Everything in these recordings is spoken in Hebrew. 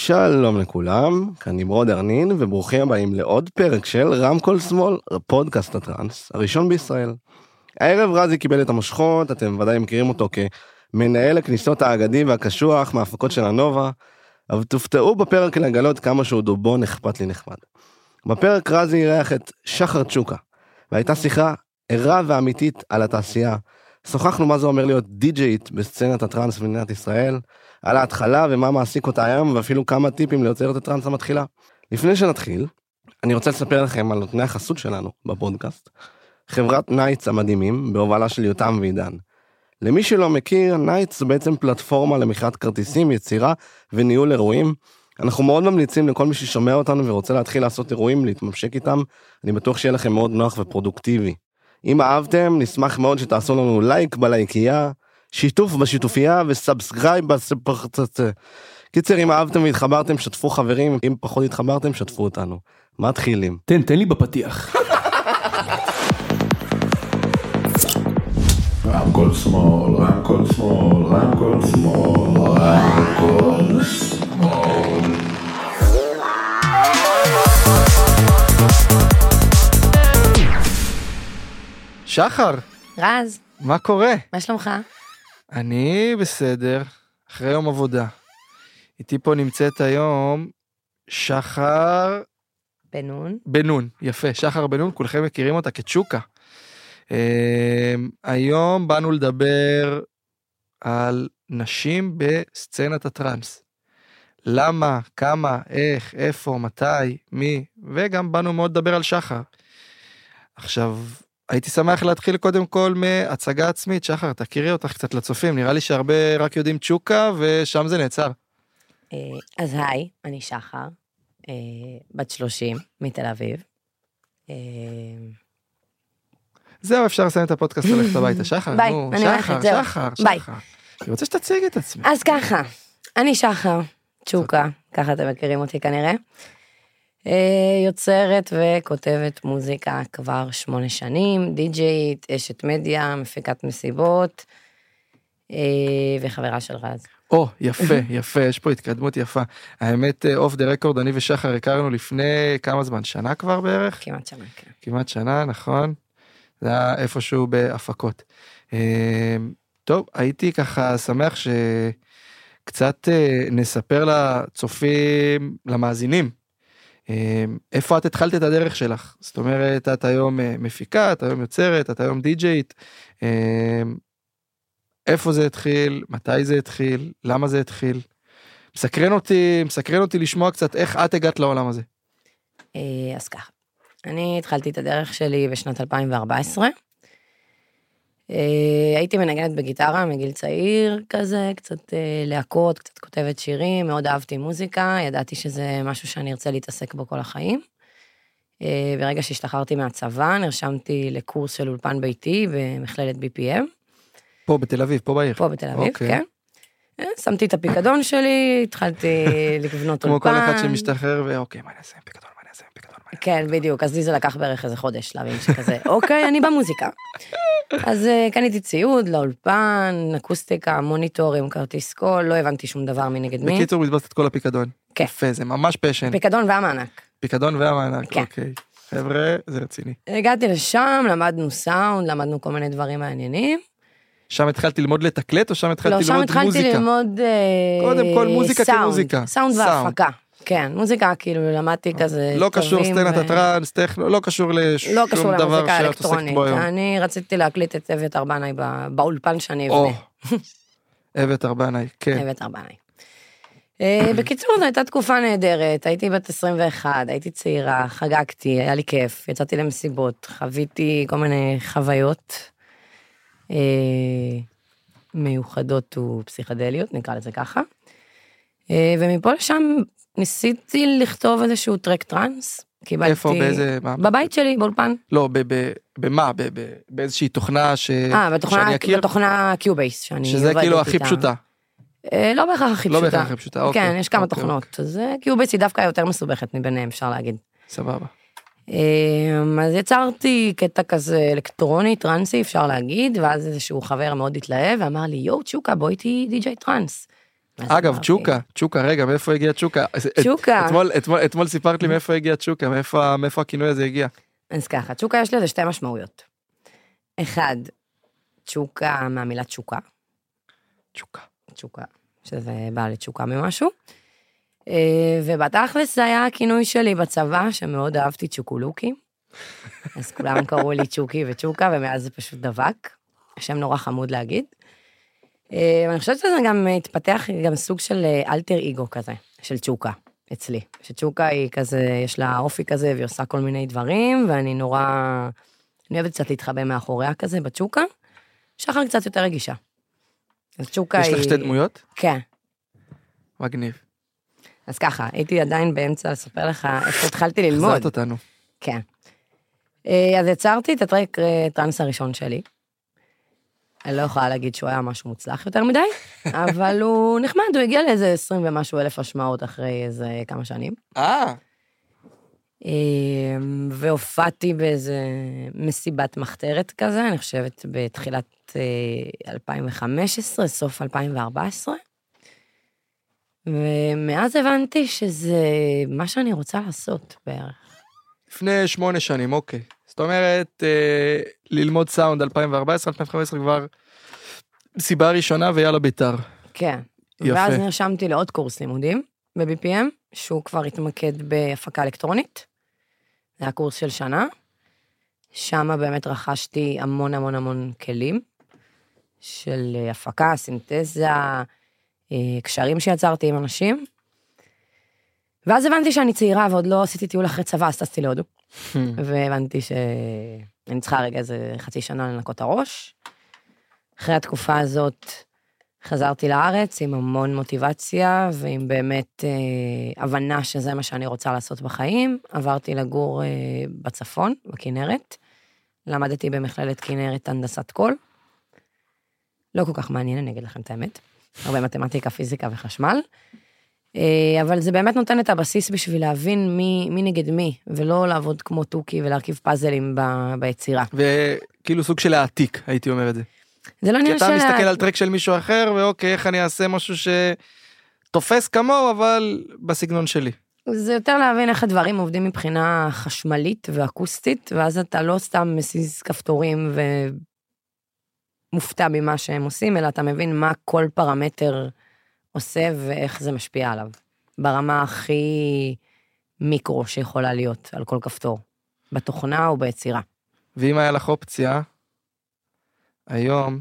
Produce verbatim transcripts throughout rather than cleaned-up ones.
שלום לכולם, כאן נמרוד ארנין, וברוכים הבאים לעוד פרק של רמקול שמאל, פודקאסט הטרנס, הראשון בישראל. הערב רזי קיבל את המושכות, אתם ודאי מכירים אותו כמנהל הכניסות האגדי והקשוח מההפקות של הנובה, אבל תופתעו בפרק לגלות כמה שהוא דובון אכפת לי נחמד. בפרק רזי אירח את שחר צ'וקה, והייתה שיחה ערה ואמיתית על התעשייה. שוחחנו מה זה אומר להיות די-ג'יית בסצנת הטרנס במדינת ישראל, על ההתחלה ומה מעסיק אותה היום, ואפילו כמה טיפים ליוצרת הטרנס המתחילה. לפני שנתחיל, אני רוצה לספר לכם על נותני החסות שלנו בפודקאסט, חברת נייטס המדהימים, בהובלה של יותם ועידן. למי שלא מכיר, נייטס זו בעצם פלטפורמה למכירת כרטיסים, יצירה וניהול אירועים. אנחנו מאוד ממליצים לכל מי ששומע אותנו ורוצה להתחיל לעשות אירועים, להתממשק איתם. אני בטוח שיהיה לכם מאוד נוח ופרודוקטיבי. אם אהבתם, נשמח מאוד שתעשו לנו לייק בלייקייה, שיתוף בשיתופייה וסאבסקרייב בספרצצ. קיצר, אם אהבתם והתחברתם, שתפו חברים, אם פחות התחברתם, שתפו אותנו. מתחילים. תן, תן לי בפתיח. רמקול שמאל, רמקול שמאל, רמקול שמאל, רמקול שמאל. שחר, רז, מה קורה? מה שלומך? אני בסדר, אחרי יום עבודה. איתי פה נמצאת היום שחר בנון. בנון, יפה, שחר בנון, כולכם מכירים אותה כצ'וקה. היום באנו לדבר על נשים בסצנת הטרנס. למה, כמה, איך, איפה, מתי, מי, וגם באנו מאוד לדבר על שחר. עכשיו, הייתי שמח להתחיל קודם כל מהצגה עצמית. שחר, תכירי אותך קצת לצופים, נראה לי שהרבה רק יודעים צ'וקה, ושם זה נעצר. אז היי, אני שחר, בת שלושים, מתל אביב. זהו, אפשר לסיים את הפודקאסט ולכת הביתה. שחר, ביי, נו, אני שחר, הולכת, זהו. שחר, ביי. שחר. אני רוצה שתציג את עצמי. אז ככה, אני שחר, צ'וקה, ככה אתם מכירים אותי כנראה. יוצרת וכותבת מוזיקה כבר שמונה שנים, די-ג'יית, אשת מדיה, מפיקת מסיבות, וחברה של רז. או, יפה, יפה, יש פה התקדמות יפה. האמת, אוף דה רקורד, אני ושחר הכרנו לפני כמה זמן, שנה כבר בערך? כמעט שנה, כן. כמעט שנה, נכון? זה היה איפשהו בהפקות. טוב, הייתי ככה שמח שקצת נספר לצופים, למאזינים, איפה את התחלת את הדרך שלך? זאת אומרת, את היום מפיקה, את היום יוצרת, את היום די-ג'יית, איפה זה התחיל, מתי זה התחיל, למה זה התחיל? מסקרן אותי, מסקרן אותי לשמוע קצת איך את הגעת לעולם הזה. אז ככה, אני התחלתי את הדרך שלי בשנת אלפיים וארבע עשרה, הייתי מנגנת בגיטרה מגיל צעיר כזה, קצת להקות, קצת כותבת שירים, מאוד אהבתי מוזיקה, ידעתי שזה משהו שאני ארצה להתעסק בו כל החיים. ברגע שהשתחררתי מהצבא, נרשמתי לקורס של אולפן ביתי במכללת בי פי אם. פה בתל אביב, פה בעיר. פה בתל אביב, כן. שמתי את הפיקדון שלי, התחלתי לבנות אולפן. כמו כל אחד שמשתחרר, ואוקיי, מה נעשה עם פיקדון, מה נעשה עם פיקדון, מה נעשה? כן, בדיוק, אז לי זה לקח בערך איזה חודש, להבין שכזה, אוקיי, אני במוזיקה. אז קניתי ציוד לאולפן, אקוסטיקה, מוניטורים, כרטיס קול, לא הבנתי שום דבר מנגד מי. בקיצור, מתבסת את כל הפיקדון. כן. יפה, זה ממש פשן. פיקדון והמענק. פיקדון והמענק, כן. אוקיי. חבר'ה, זה רציני. הגעתי לשם, למדנו סאונד, למדנו כל מיני דברים מעניינים. שם התחלתי ללמוד לתקלט, או שם התחלתי לא, ללמוד מוזיקה? לא, שם התחלתי ללמוד קודם כל, מוזיקה סאונד, כמוזיקה. סאונד והפקה. כן, מוזיקה, כאילו, למדתי כזה לא קשור סצנת הטרנס, טכנו, לא קשור לא קשור לשום דבר למוזיקה שאת עוסקת אלקטרונית. בו היום. אני רציתי להקליט את אבט ארבנאי באולפן שאני אבנה. אבט ארבנאי, כן. אבט ארבנאי. בקיצור, זו הייתה תקופה נהדרת, הייתי בת עשרים ואחת, הייתי צעירה, חגגתי, היה לי כיף, יצאתי למסיבות, חוויתי כל מיני חוויות מיוחדות ופסיכדליות, נקרא לזה ככה. ומפה לשם ניסיתי לכתוב איזשהו טרק טרנס, קיבלתי... איפה, באיזה... בבית שלי, באולפן. לא, במה? באיזושהי תוכנה שאני אכיר? אה, בתוכנה קיובייס, שאני עובדת איתה. שזה כאילו הכי פשוטה. לא בהכרח הכי פשוטה. לא בהכרח הכי פשוטה, אוקיי. כן, יש כמה תוכנות. אז קיובייס היא דווקא יותר מסובכת מביניהם, אפשר להגיד. סבבה. אז יצרתי קטע כזה אלקטרוני, טרנסי, אפשר להגיד, ואז איזשהו חבר מאוד התלהב, ואמר לי, יו, צ'וקה, בואי איתי די-ג'יי טרנס. אגב, צ'וקה, צ'וקה, רגע, מאיפה הגיע צ'וקה? צ'וקה. אתמול, אתמול, אתמול סיפרת לי מאיפה הגיע צ'וקה, מאיפה, מאיפה הכינוי הזה הגיע. אז ככה, צ'וקה יש לזה שתי משמעויות. אחד, צ'וקה מהמילה צ'וקה. צ'וקה. צ'וקה, שזה בא לצ'וקה ממשהו. ובתכלס זה היה הכינוי שלי בצבא, שמאוד אהבתי צ'וקולוקי. אז כולם קראו לי צ'וקי וצ'וקה, ומאז זה פשוט דבק. השם נורא חמוד להגיד. אני חושבת שזה גם התפתח גם סוג של אלטר איגו כזה, של צ'וקה, אצלי. שצ'וקה היא כזה, יש לה אופי כזה, והיא עושה כל מיני דברים, ואני נורא, אני אוהבת קצת להתחבא מאחוריה כזה בצ'וקה. שחר קצת יותר רגישה. אז צ'וקה היא... יש לך שתי דמויות? כן. מגניב. אז ככה, הייתי עדיין באמצע לספר לך איפה התחלתי ללמוד. חזרת אותנו. כן. אז יצרתי את הטרק טרנס הראשון שלי. אני לא יכולה להגיד שהוא היה משהו מוצלח יותר מדי, אבל הוא נחמד, הוא הגיע לאיזה עשרים ומשהו אלף השמעות אחרי איזה כמה שנים. אה. והופעתי באיזה מסיבת מחתרת כזה, אני חושבת בתחילת אלפיים וחמש עשרה, סוף אלפיים וארבע עשרה. ומאז הבנתי שזה מה שאני רוצה לעשות בערך. לפני שמונה שנים, אוקיי. זאת אומרת, אה, ללמוד סאונד אלפיים וארבע עשרה, אלפיים וחמש עשרה כבר סיבה ראשונה ויאללה ביתר. כן. יפה. ואז נרשמתי לעוד קורס לימודים ב-בי פי אם, שהוא כבר התמקד בהפקה אלקטרונית. זה היה קורס של שנה. שם באמת רכשתי המון המון המון כלים של הפקה, סינתזה, קשרים שיצרתי עם אנשים. ואז הבנתי שאני צעירה ועוד לא עשיתי טיול אחרי צבא, אז טסתי להודו. והבנתי שאני צריכה רגע איזה חצי שנה לנקות הראש. אחרי התקופה הזאת חזרתי לארץ עם המון מוטיבציה, ועם באמת אה, הבנה שזה מה שאני רוצה לעשות בחיים. עברתי לגור אה, בצפון, בכנרת. למדתי במכללת כנרת הנדסת קול. לא כל כך מעניין, אני אגיד לכם את האמת. הרבה מתמטיקה, פיזיקה וחשמל. אבל זה באמת נותן את הבסיס בשביל להבין מי, מי נגד מי, ולא לעבוד כמו טוקי ולהרכיב פאזלים ב, ביצירה. וכאילו סוג של העתיק, הייתי אומר את זה. זה לא עניין של... כי אתה מסתכל על טרק של מישהו אחר, ואוקיי, איך אני אעשה משהו שתופס כמוהו, אבל בסגנון שלי. זה יותר להבין איך הדברים עובדים מבחינה חשמלית ואקוסטית, ואז אתה לא סתם מסיז כפתורים ומופתע במה שהם עושים, אלא אתה מבין מה כל פרמטר עושה ואיך זה משפיע עליו. ברמה הכי מיקרו שיכולה להיות על כל כפתור. בתוכנה או ביצירה. ואם היה לך אופציה, היום,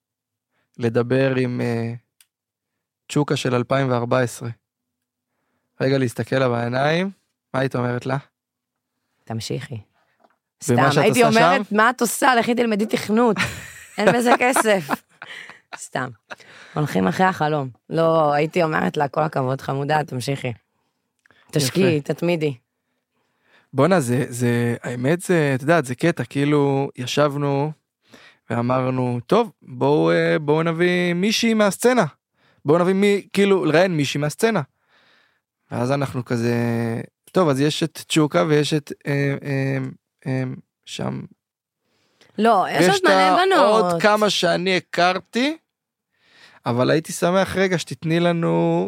לדבר עם uh, צ'וקה של אלפיים וארבע עשרה. רגע להסתכל לה בעיניים, מה היית אומרת לה? תמשיכי. ומה סתם, הייתי אומרת, מה את עושה? לכי תלמדי תכנות. אין בזה כסף. סתם. הולכים אחרי החלום. לא, הייתי אומרת לה, כל הכבוד חמודה, תמשיכי. תשקיעי, תתמידי. בונה, זה, זה, האמת זה, את יודעת, זה קטע, כאילו, ישבנו ואמרנו, טוב, בואו, בואו נביא מישהי מהסצנה. בואו נביא מי, כאילו, לראיין מישהי מהסצנה. ואז אנחנו כזה, טוב, אז יש את צ'וקה ויש את, אה, אה, אה, שם. לא, יש עוד מלא בנות. עוד כמה שאני הכרתי, אבל הייתי שמח רגע שתתני לנו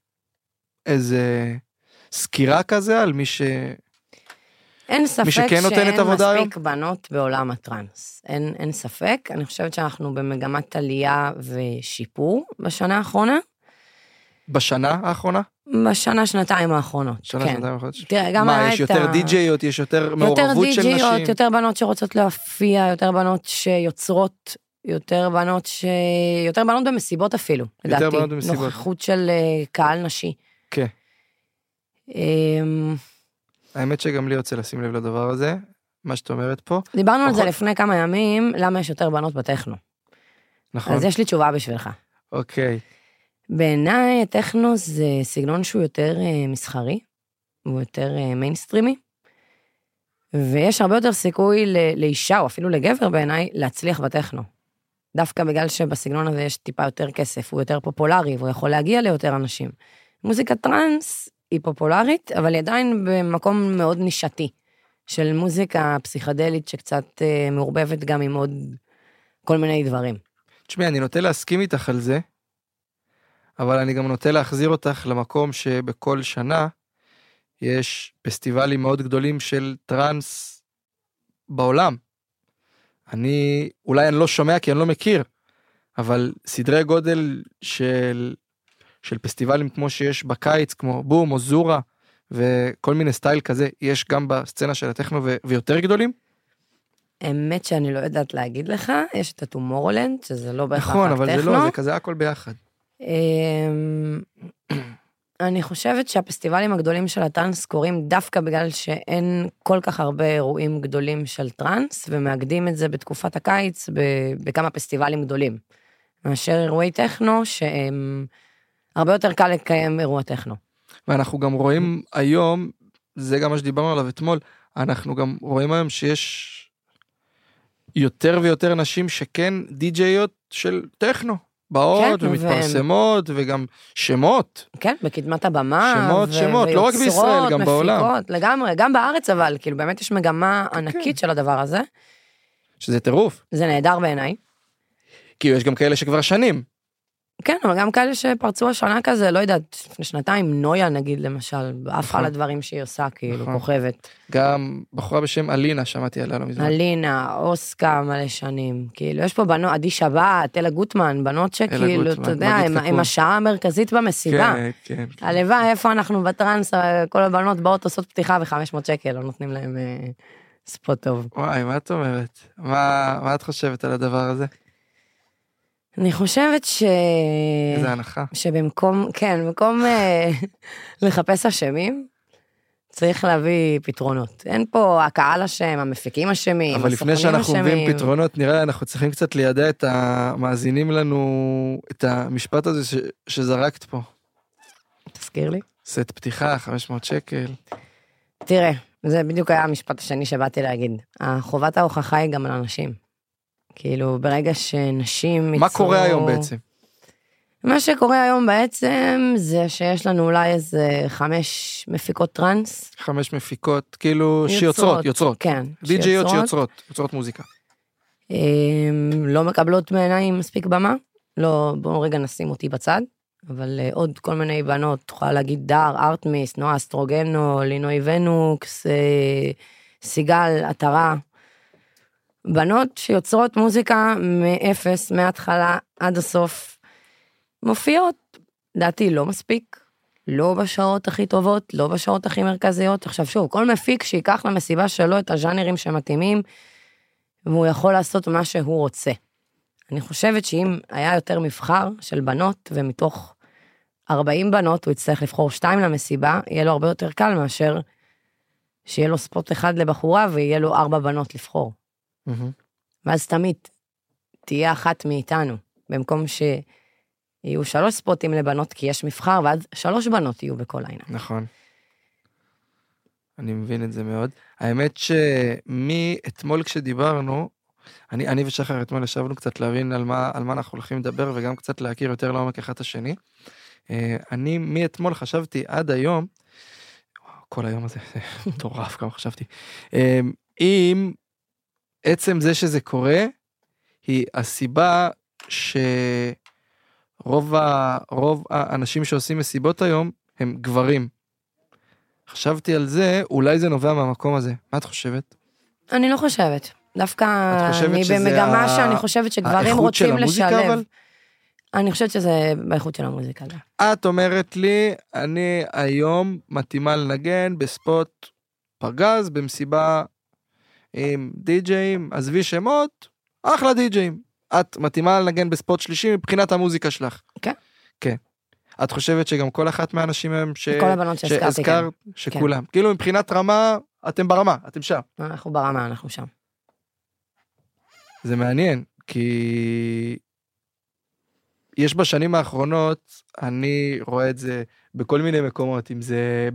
איזה סקירה כזה על מי ש... אין ספק שאין מספיק בנות בעולם הטרנס. אין, אין ספק. אני חושבת שאנחנו במגמת עלייה ושיפור בשנה האחרונה. בשנה האחרונה? בשנה, שנתיים האחרונות. שנה, כן. שנתיים האחרונות. תראה, גם מה, יש יותר ה... די-ג'יות, יש יותר מעורבות של נשים? יותר די-ג'יות, יותר בנות שרוצות להופיע, יותר בנות שיוצרות, יותר בנות ש... יותר בנות במסיבות אפילו, לדעתי. יותר בנות במסיבות. נוכחות של קהל נשי. כן. האמת שגם לי רוצה לשים לב לדבר הזה, מה שאת אומרת פה. דיברנו על זה לפני כמה ימים, למה יש יותר בנות בטכנו. נכון. אז יש לי תשובה בשבילך. אוקיי. בעיניי הטכנו זה סגנון שהוא יותר מסחרי, הוא יותר מיינסטרימי, ויש הרבה יותר סיכוי לאישה, או אפילו לגבר בעיניי, להצליח בטכנו. דווקא בגלל שבסגנון הזה יש טיפה יותר כסף, הוא יותר פופולרי, והוא יכול להגיע ליותר אנשים. מוזיקת טרנס היא פופולרית, אבל היא עדיין במקום מאוד נישתי, של מוזיקה פסיכדלית שקצת אה, מעורבבת גם עם עוד כל מיני דברים. תשמעי, אני נוטה להסכים איתך על זה, אבל אני גם נוטה להחזיר אותך למקום שבכל שנה יש פסטיבלים מאוד גדולים של טרנס בעולם. אני, אולי אני לא שומע כי אני לא מכיר, אבל סדרי גודל של, של פסטיבלים כמו שיש בקיץ, כמו בום או זורה, וכל מיני סטייל כזה, יש גם בסצנה של הטכנו ו- ויותר גדולים? האמת שאני לא יודעת להגיד לך, יש את הטומורולנד, שזה לא בהכרח הטכנו. נכון, אבל זה לא, זה כזה הכל ביחד. אני חושבת שהפסטיבלים הגדולים של הטרנס קורים דווקא בגלל שאין כל כך הרבה אירועים גדולים של טרנס, ומאגדים את זה בתקופת הקיץ בכמה פסטיבלים גדולים. מאשר אירועי טכנו, שהם הרבה יותר קל לקיים אירוע טכנו. ואנחנו גם רואים היום, זה גם מה שדיברנו עליו אתמול, אנחנו גם רואים היום שיש יותר ויותר נשים שכן די-ג'יות של טכנו. באות כן, ומתפרסמות והם... וגם שמות. כן, בקדמת הבמה. שמות, ו... שמות, לא רק בישראל, גם מפיקות, בעולם. לגמרי, גם בארץ אבל, כאילו באמת יש מגמה כן. ענקית של הדבר הזה. שזה טירוף. זה נהדר בעיניי. כאילו יש גם כאלה שכבר שנים. כן, אבל גם כאלה שפרצו השנה כזה, לא יודעת, לפני שנתיים, נויה נגיד למשל, באף על הדברים שהיא עושה, כאילו, כוכבת. גם בחורה בשם אלינה, שמעתי עליה לא מזמן. אלינה, אוסקה מלא שנים, כאילו, יש פה בנות, עדי שבת, אלה גוטמן, בנות שכאילו, אתה יודע, עם השעה המרכזית במסיבה. כן, כן. הלוואי, איפה אנחנו בטרנס, כל הבנות באות עושות פתיחה ו-חמש מאות שקל, לא נותנים להם ספוט טוב. וואי, מה את אומרת? מה את חושבת על הדבר הזה? אני חושבת ש... איזה הנחה. שבמקום, כן, במקום אה, לחפש אשמים, צריך להביא פתרונות. אין פה הקהל אשם, המפיקים אשמים, אבל לפני שאנחנו מביאים פתרונות, נראה, אנחנו צריכים קצת לידע את המאזינים לנו, את המשפט הזה ש... שזרקת פה. תזכיר לי. סט פתיחה, חמש מאות שקל. תראה, זה בדיוק היה המשפט השני שבאתי להגיד. חובת ההוכחה היא גם על אנשים. כאילו, ברגע שנשים... מה ייצרו... קורה היום בעצם? מה שקורה היום בעצם, זה שיש לנו אולי איזה חמש מפיקות טרנס. חמש מפיקות, כאילו, יוצרות, שיוצרות, יוצרות. כן. די-ג'יות שיוצרות, יוצרות מוזיקה. לא מקבלות בעיניים מספיק במה. לא, בואו רגע נשים אותי בצד. אבל עוד כל מיני בנות, תוכל להגיד דר, ארטמיס, נועה אסטרוגנו, לינוי ונוקס, סיגל, עטרה. בנות שיוצרות מוזיקה מאפס, מההתחלה עד הסוף, מופיעות, דעתי לא מספיק, לא בשעות הכי טובות, לא בשעות הכי מרכזיות. עכשיו שוב, כל מפיק שיקח למסיבה שלו את הז'אנרים שמתאימים, והוא יכול לעשות מה שהוא רוצה. אני חושבת שאם היה יותר מבחר של בנות, ומתוך ארבעים בנות הוא יצטרך לבחור שתיים למסיבה, יהיה לו הרבה יותר קל מאשר שיהיה לו ספוט אחד לבחורה, ויהיה לו ארבע בנות לבחור. ואז תמיד תהיה אחת מאיתנו, במקום שיהיו שלוש ספוטים לבנות, כי יש מבחר, ואז שלוש בנות יהיו בכל העניין. נכון. אני מבין את זה מאוד. האמת שמאתמול כשדיברנו, אני, אני ושחר אתמול ישבנו קצת להבין על מה, על מה אנחנו הולכים לדבר, וגם קצת להכיר יותר לעומק אחד השני. אני מאתמול חשבתי עד היום, כל היום הזה, זה מטורף כמה חשבתי, אם עצם זה שזה קורה, היא הסיבה שרוב ה, רוב האנשים שעושים מסיבות היום, הם גברים. חשבתי על זה, אולי זה נובע מהמקום הזה. מה את חושבת? אני לא חושבת. דווקא אני במגמה ה... שאני חושבת שגברים רוצים לשלב. אבל? אני חושבת שזה באיכות של המוזיקה. את אומרת לי, אני היום מתאימה לנגן בספוט פרגז, במסיבה עם די-ג'אים, עזבי שמות, אחלה די-ג'אים. את מתאימה לנגן בספוט שלישי מבחינת המוזיקה שלך. כן. כן. את חושבת שגם כל אחת מהאנשים הם ש... כל הבנות שהזכרתי, כן. שכולם. כן. כאילו מבחינת רמה, אתם ברמה, אתם שם. אנחנו ברמה, אנחנו שם. זה מעניין, כי יש בשנים האחרונות, אני רואה את זה בכל מיני מקומות, אם זה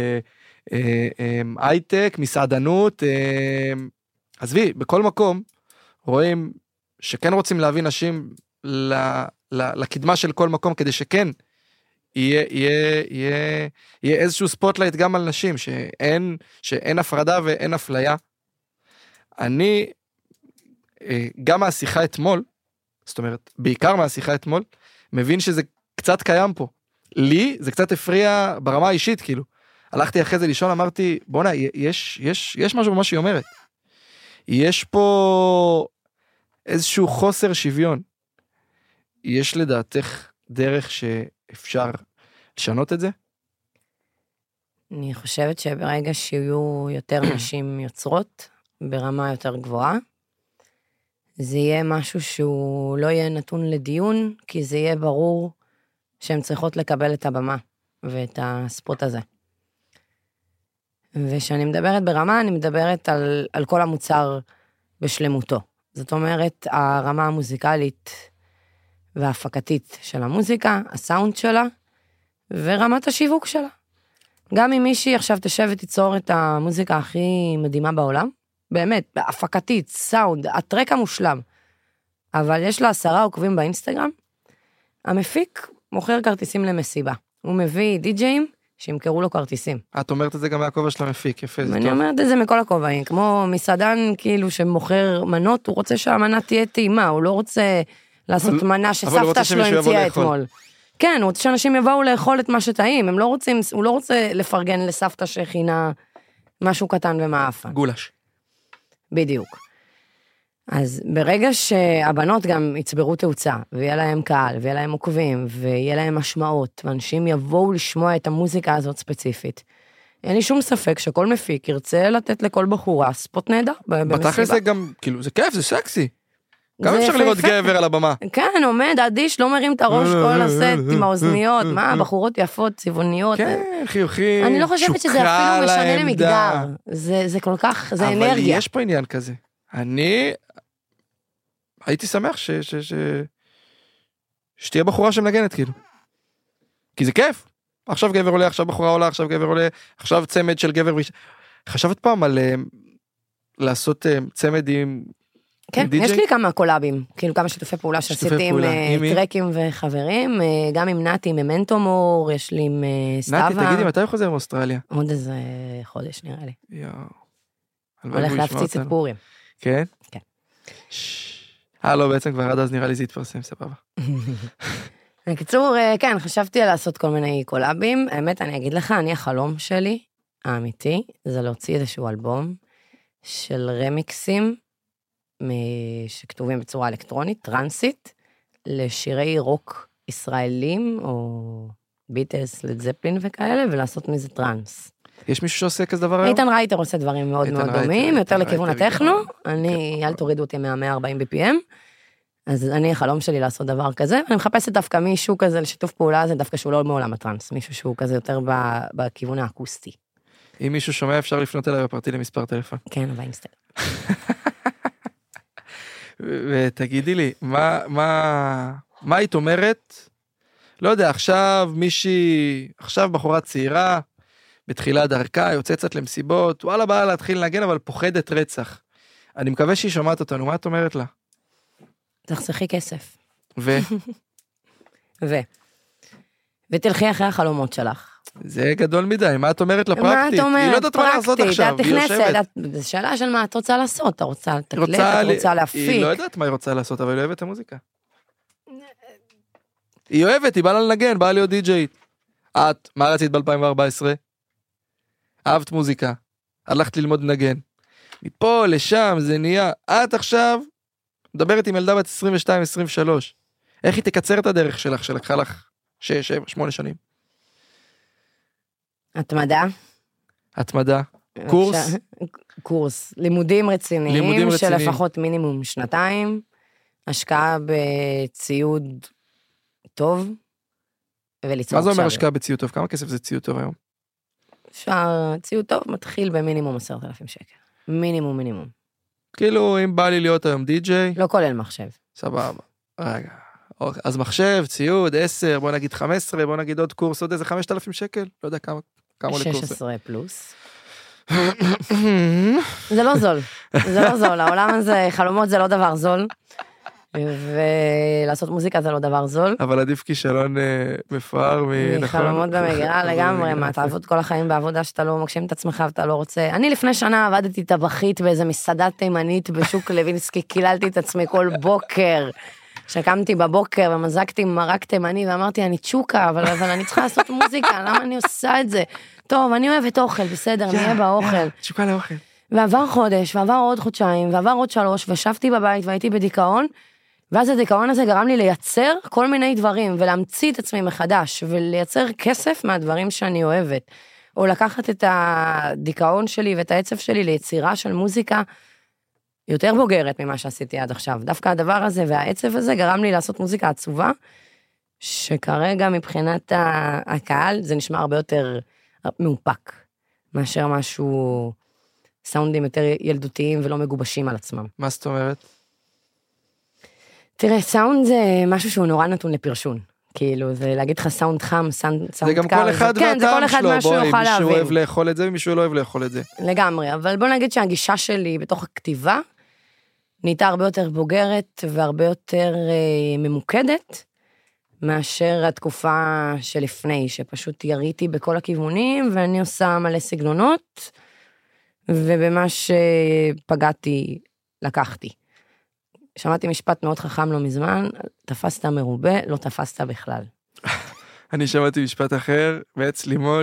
בהייטק, מסעדנות, עזבי, בכל מקום רואים שכן רוצים להביא נשים לקדמה של כל מקום, כדי שכן יהיה, יהיה, יהיה, יהיה איזשהו ספוטלייט גם על נשים, שאין, שאין הפרדה ואין אפליה. אני, גם מהשיחה אתמול, זאת אומרת, בעיקר מהשיחה אתמול, מבין שזה קצת קיים פה. לי זה קצת הפריע ברמה האישית, כאילו. הלכתי אחרי זה לישון, אמרתי, בוא'נה, יש, יש, יש משהו במה שהיא אומרת. יש פה איזשהו חוסר שוויון. יש לדעתך דרך שאפשר לשנות את זה? אני חושבת שברגע שיהיו יותר נשים יוצרות, ברמה יותר גבוהה, זה יהיה משהו שהוא לא יהיה נתון לדיון, כי זה יהיה ברור שהן צריכות לקבל את הבמה ואת הספוט הזה. וכשאני מדברת ברמה, אני מדברת על, על כל המוצר בשלמותו. זאת אומרת, הרמה המוזיקלית וההפקתית של המוזיקה, הסאונד שלה, ורמת השיווק שלה. גם אם מישהי עכשיו תשב ותיצור את המוזיקה הכי מדהימה בעולם, באמת, הפקתית, סאונד, הטרק המושלם, אבל יש לה עשרה עוקבים באינסטגרם, המפיק מוכר כרטיסים למסיבה. הוא מביא די-ג'יים שימכרו לו כרטיסים. את אומרת את זה גם מהכובע של המפיק, יפה, זה טוב. אני אומרת את זה מכל הכובעים, כמו מסעדן כאילו שמוכר מנות, הוא רוצה שהמנה תהיה טעימה, הוא לא רוצה לעשות מנה שסבתא שלו המציאה אתמול. כן, הוא רוצה שאנשים יבואו לאכול את מה שטעים, הם לא רוצים, הוא לא רוצה לפרגן לסבתא שהכינה משהו קטן ומאפן. גולש. בדיוק. אז ברגע שהבנות גם יצברו תאוצה, ויהיה להם קהל, ויהיה להם עוקבים, ויהיה להם משמעות, ואנשים יבואו לשמוע את המוזיקה הזאת ספציפית, אין לי שום ספק שכל מפיק ירצה לתת לכל בחורה ספוט נהדר במסיבה. בתכל'ס זה גם, כאילו, זה כיף, זה סקסי. גם אפשר לראות גבר על הבמה. כן, עומד, אדיש, לא מרים את הראש כל הסט עם האוזניות, מה, בחורות יפות, צבעוניות. כן, חיוכים, אני לא חושבת שזה אפילו משנה למגדר. זה כל כך, זה אנרגיה. אבל יש פה עניין כזה. אני הייתי שמח ש... ש... ש... שתהיה בחורה שמנגנת, כאילו. כי זה כיף. עכשיו גבר עולה, עכשיו בחורה עולה, עכשיו גבר עולה, עכשיו צמד של גבר. חשבת פעם על לעשות צמד עם... כן, יש לי כמה קולאבים, כאילו כמה שיתופי פעולה שעשיתי עם טרקים וחברים, גם עם נתי, ממנטו מור, יש לי עם סטאבה. נתי, תגידי, מתי הוא חוזר מאוסטרליה? עוד איזה חודש נראה לי. יואו. הולך להפציץ את פורים. כן? כן. אה, לא, בעצם כבר עד אז נראה לי זה יתפרסם, סבבה. בקיצור, כן, חשבתי על לעשות כל מיני קולאבים, האמת, אני אגיד לך, אני החלום שלי, האמיתי, זה להוציא איזשהו אלבום של רמיקסים, שכתובים בצורה אלקטרונית, טרנסית, לשירי רוק ישראלים, או ביטלס, לד זפלין וכאלה, ולעשות מזה טרנס. יש מישהו שעושה כזה דבר היום? איתן רייטר עושה דברים מאוד מאוד דומים, יותר לכיוון הטכנו, אני, אל תורידו אותי מה-מאה וארבעים בי פי אם, אז אני החלום שלי לעשות דבר כזה, אני מחפשת דווקא מישהו כזה לשיתוף פעולה, זה דווקא שהוא לא מעולם הטרנס, מישהו שהוא כזה יותר בכיוון האקוסטי. אם מישהו שומע, אפשר לפנות אליי בפרטי למספר טלפון. כן, באינסטגרם. ותגידי לי, מה, מה, מה היית אומרת? לא יודע, עכשיו מישהי, עכשיו בחורה צעירה, בתחילה דרכה, יוצאת קצת למסיבות, וואלה, באה להתחיל לנגן, אבל פוחדת רצח. אני מקווה שהיא שומעת אותנו, מה את אומרת לה? תחסכי כסף. ו? ו. ותלכי אחרי החלומות שלך. זה גדול מדי, מה את אומרת לפרקטית? מה את אומרת? היא לא יודעת מה לעשות עכשיו, היא יושבת. זו שאלה של מה את רוצה לעשות, אתה רוצה לתקלט, את רוצה להפיק. היא לא יודעת מה היא רוצה לעשות, אבל היא אוהבת את המוזיקה. היא אוהבת, היא באה לה לנגן, באה להיות די-ג'יית. את, מה רצית ב-אלפיים וארבע עשרה? אהבת מוזיקה, הלכת ללמוד לנגן. מפה לשם זה נהיה, את עכשיו מדברת עם ילדה בת עשרים ושתיים עשרים ושלוש. איך היא תקצר את הדרך שלך, שלקחה לך שש, שבע, שמונה שנים? התמדה. התמדה. קורס? קורס. לימודים רציניים, לימודים רציניים. שלפחות מינימום שנתיים, השקעה בציוד טוב, וליצור מה זה אומר השקעה בציוד טוב? כמה כסף זה ציוד טוב היום? אפשר, ציוד טוב מתחיל במינימום עשרת אלפים שקל. מינימום מינימום. כאילו, אם בא לי להיות היום די-ג'יי. לא כולל מחשב. סבבה. רגע. אז מחשב, ציוד, עשר, בוא נגיד חמש עשרה, בוא נגיד עוד קורס, עוד איזה חמשת אלפים שקל? לא יודע כמה, כמה עולה קורס. שש עשרה פלוס. זה לא זול. זה לא זול. העולם הזה, חלומות זה לא דבר זול. ולעשות מוזיקה זה לא דבר זול. אבל עדיף כישלון מפואר מנכון. מחלומות במגירה לגמרי, מה, תעבוד כל החיים בעבודה שאתה לא מגשים את עצמך ואתה לא רוצה. אני לפני שנה עבדתי טבחית באיזה מסעדה תימנית בשוק לוינסקי, קיללתי את עצמי כל בוקר. שקמתי בבוקר ומזקתי מרק תימני ואמרתי, אני צ'וקה, אבל, אבל אני צריכה לעשות מוזיקה, למה אני עושה את זה? טוב, אני אוהבת אוכל, בסדר, נהיה באוכל. צ'וקה לאוכל. ועבר חודש, ועבר עוד חודשיים, ועבר עוד שלוש, וישבתי בבית והייתי בדיכאון, ואז הדיכאון הזה גרם לי לייצר כל מיני דברים, ולהמציא את עצמי מחדש, ולייצר כסף מהדברים שאני אוהבת, או לקחת את הדיכאון שלי ואת העצב שלי ליצירה של מוזיקה, יותר בוגרת ממה שעשיתי עד עכשיו. דווקא הדבר הזה והעצב הזה גרם לי לעשות מוזיקה עצובה, שכרגע מבחינת הקהל זה נשמע הרבה יותר מאופק, מאשר משהו סאונדים יותר ילדותיים ולא מגובשים על עצמם. מה זאת אומרת? תראה, סאונד זה משהו שהוא נורא נתון לפרשון. כאילו, זה להגיד לך סאונד חם, סאונד קר. זה גם כל אחד והטעם שלו, בואי, מישהו אוהב לאכול את זה ומישהו לא אוהב לאכול את זה. לגמרי, אבל בוא נגיד שהגישה שלי בתוך הכתיבה, נהייתה הרבה יותר בוגרת והרבה יותר אה, ממוקדת, מאשר התקופה שלפני, שפשוט יריתי בכל הכיוונים, ואני עושה מלא סגנונות, ובמה שפגעתי, לקחתי. שמעתי משפט מאוד חכם לא מזמן, תפסת מרובה, לא תפסת בכלל. אני שמעתי משפט אחר, מעץ לימון.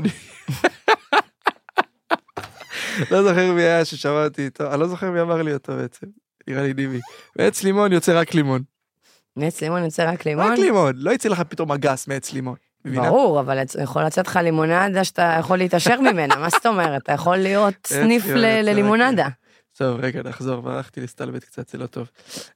לא זוכר מי היה ששמעתי איתו, אני לא זוכר מי אמר לי אותו בעצם, נראה לי נימי. מעץ לימון יוצא רק לימון. מעץ לימון יוצא רק לימון? רק לימון, לא יצא לך פתאום אגס מעץ לימון. ברור, אבל יכול לצאת לך לימונדה שאתה יכול להתאשר ממנה, מה זאת אומרת? אתה יכול להיות סניף ללימונדה. טוב, רגע, נחזור, והלכתי להסתלבט קצת, זה לא טוב.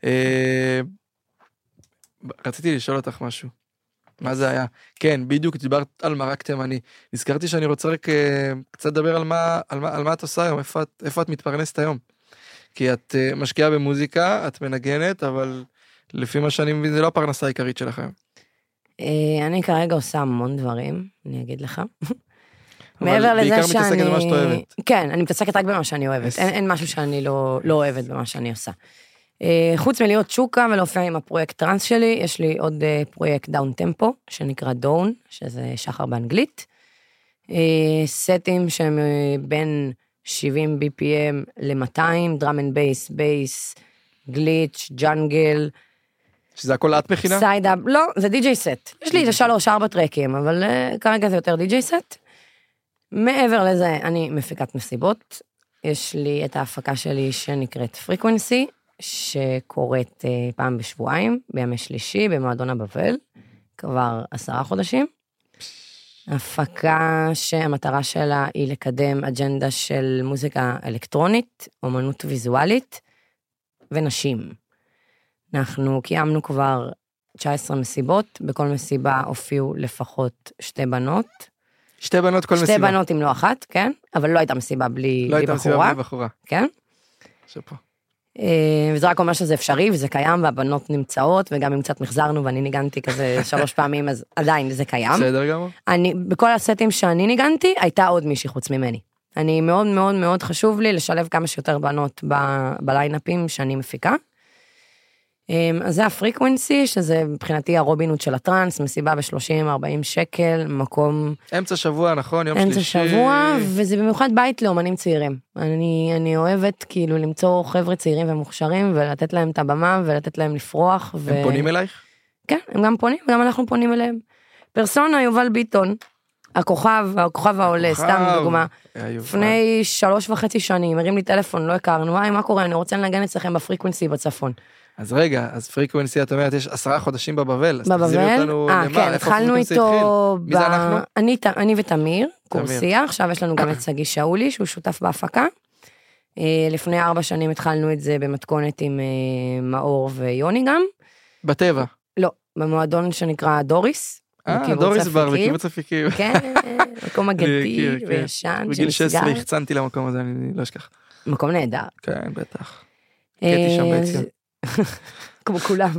רציתי לשאול אותך משהו. מה זה היה? כן, בדיוק דיברת על מרק תימני. נזכרתי שאני רוצה רק קצת לדבר על מה, על מה, על מה את עושה היום, איפה את, איפה את מתפרנסת היום. כי את משקיעה במוזיקה, את מנגנת, אבל לפי מה שאני מבין, זה לא הפרנסה העיקרית שלכם. אני כרגע עושה המון דברים, אני אגיד לך. מעבר לזה שאני... בעיקר מתעסקת במה שאת אוהבת. כן, אני מתעסקת רק במה שאני אוהבת. אין, אין משהו שאני לא, לא אוהבת במה שאני עושה. חוץ מלהיות צ'וקה ולהופיע עם הפרויקט טרנס שלי, יש לי עוד פרויקט דאון טמפו, שנקרא דאון, שזה שחר באנגלית. סטים שהם בין שבעים בי פי אם ל-מאתיים, דראם אנד בייס, בייס, גליץ', ג'אנגל. שזה הכל את מכינה? סיידאב, לא, זה די-ג'יי סט. יש לי איזה שלוש, ארבע טרקים, אבל כרגע זה יותר די-ג'יי סט. מעבר לזה, אני מפיקת מסיבות. יש לי את ההפקה שלי שנקראת פריקוונסי, שקורית פעם בשבועיים, בימי שלישי, במועדון הבבל, כבר עשרה חודשים. הפקה שהמטרה שלה היא לקדם אג'נדה של מוזיקה אלקטרונית, אומנות ויזואלית, ונשים. אנחנו קיימנו כבר תשע עשרה מסיבות, בכל מסיבה הופיעו לפחות שתי בנות. שתי בנות כל שתי מסיבה. שתי בנות אם לא אחת, כן? אבל לא הייתה מסיבה בלי, לא בלי הייתה בחורה. מסיבה בלי בחורה. כן? שפה. וזה רק אומר שזה אפשרי, וזה קיים, והבנות נמצאות, וגם אם קצת מחזרנו, ואני ניגנתי כזה שלוש פעמים, אז עדיין זה קיים. בסדר גמור. אני, בכל הסטים שאני ניגנתי, הייתה עוד מישהי חוץ ממני. אני מאוד מאוד מאוד חשוב לי לשלב כמה שיותר בנות ב- בליינאפים שאני מפיקה. אז זה הפריקוונסי, שזה מבחינתי הרובינות של הטרנס, מסיבה ב-שלושים ארבעים שקל, מקום... אמצע שבוע, נכון? יום אמצע שלישי. אמצע שבוע, וזה במיוחד בית לאומנים צעירים. אני, אני אוהבת כאילו למצוא חבר'ה צעירים ומוכשרים, ולתת להם את הבמה, ולתת להם לפרוח. ו... הם פונים אלייך? כן, הם גם פונים, וגם אנחנו פונים אליהם. פרסונה, יובל ביטון, הכוכב, הכוכב העולה, סתם דוגמה. לפני שלוש וחצי שנים, הרים לי טלפון, לא הכרנו, וואי, מה קורה? אני רוצה לנגן אצלכם בפריקוונסי בצפון. אז רגע, אז פריקוונסי, את אומרת, יש עשרה חודשים בבבל, אז בבבל? תחזירי אותנו אה, למה, כן, איפה התחלנו פריקוונסי איתו... התחיל? מי זה אנחנו? אני, אני ותמיר, קורסיה, עכשיו יש לנו גם את סגי שאולי, שהוא שותף בהפקה. לפני ארבע שנים התחלנו את זה במתכונת עם מאור ויוני גם. בטבע? לא, במועדון שנקרא דוריס. אה, דוריס בר, בקיבוץ אפיקים. כן, מקום אגדי וישן. בגיל שש עשרה החצנתי למקום הזה, אני לא אשכח. מקום נהדר. כן, בטח. קטי שם בעצם. כמו כולם.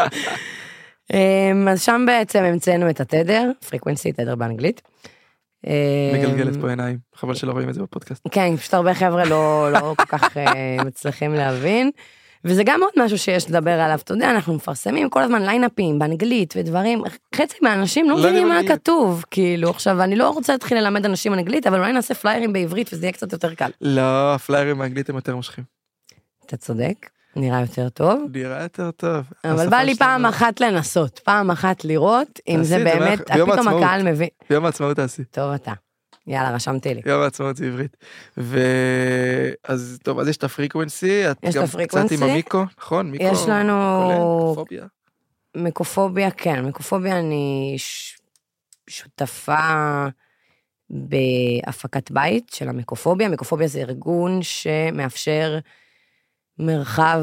אז שם בעצם המצאנו את התדר, פריקוונסי, תדר באנגלית. מגלגלת פה עיניים, חבל שלא רואים את זה בפודקאסט. כן, פשוט הרבה חבר'ה לא כל כך מצליחים להבין, וזה גם עוד משהו שיש לדבר עליו, אתה יודע, אנחנו מפרסמים כל הזמן ליינאפים באנגלית ודברים, חצי מהאנשים לא מבינים מה כתוב, כאילו, עכשיו אני לא רוצה להתחיל ללמד אנשים אנגלית, אבל אולי נעשה פליירים בעברית וזה יהיה קצת יותר קל. לא, הפליירים באנגלית הם יותר מושכים. אתה צודק. נראה יותר טוב. נראה יותר טוב. אבל בא לי פעם אחת לנסות, פעם אחת לראות, אם זה באמת, פתאום הקהל מביא. ביום העצמאות תעשי. טוב אתה. יאללה, רשמתי לי. יום העצמאות זה עברית. ואז, טוב, אז יש את הפריקוונסי, את יש את גם הפריקוונסי. קצת עם המיקו, נכון? מיקו, יש לנו... מיקרופוביה. מיקרופוביה, כן, מיקרופוביה אני ש... שותפה בהפקת בית של המיקרופוביה. מיקרופוביה זה ארגון שמאפשר מרחב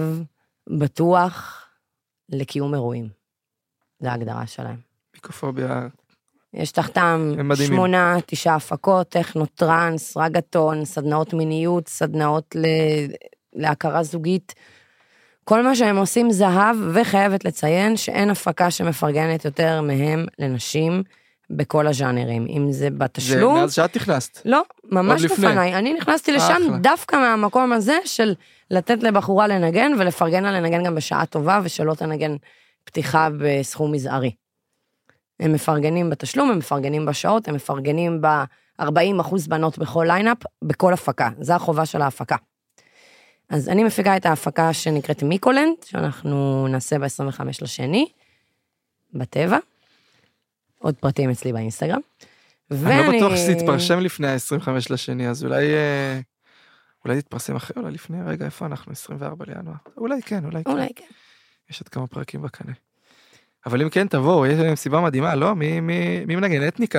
בטוח לקיום אירועים. זה ההגדרה שלהם. מיקרופוביה. יש תחתם שמונה, תשעה הפקות, טכנו, טרנס, רגטון, סדנאות מיניות, סדנאות ל... להכרה זוגית. כל מה שהם עושים זהב, וחייבת לציין שאין הפקה שמפרגנת יותר מהם לנשים בכל הז'אנרים. אם זה בתשלום... זה מאז שאת נכנסת. לא, ממש לפניי. אני נכנסתי לשם אחלה. דווקא מהמקום הזה של לתת לבחורה לנגן, ולפרגן לה לנגן גם בשעה טובה, ושלא תנגן פתיחה בסכום מזערי. הם מפרגנים בתשלום, הם מפרגנים בשעות, הם מפרגנים ב-ארבעים אחוז בנות בכל ליינאפ, בכל הפקה. זו החובה של ההפקה. אז אני מפיקה את ההפקה שנקראת מיקולנד, שאנחנו נעשה ב-עשרים וחמישה לשני, בטבע. עוד פרטים אצלי באינסטגרם. אני לא בטוח שזה יתפרשם לפני ה-עשרים וחמישה לשני, אז אולי, אולי תתפרסם אחרי, אולי לפני, רגע, איפה אנחנו? עשרים וארבעה לינואר. אולי כן, אולי כן. אולי כן. יש עוד כמה פרקים בקנה. אבל אם כן, תבואו, יש להם סיבה מדהימה, לא? מי, מי, מי מנגן? אתניקה.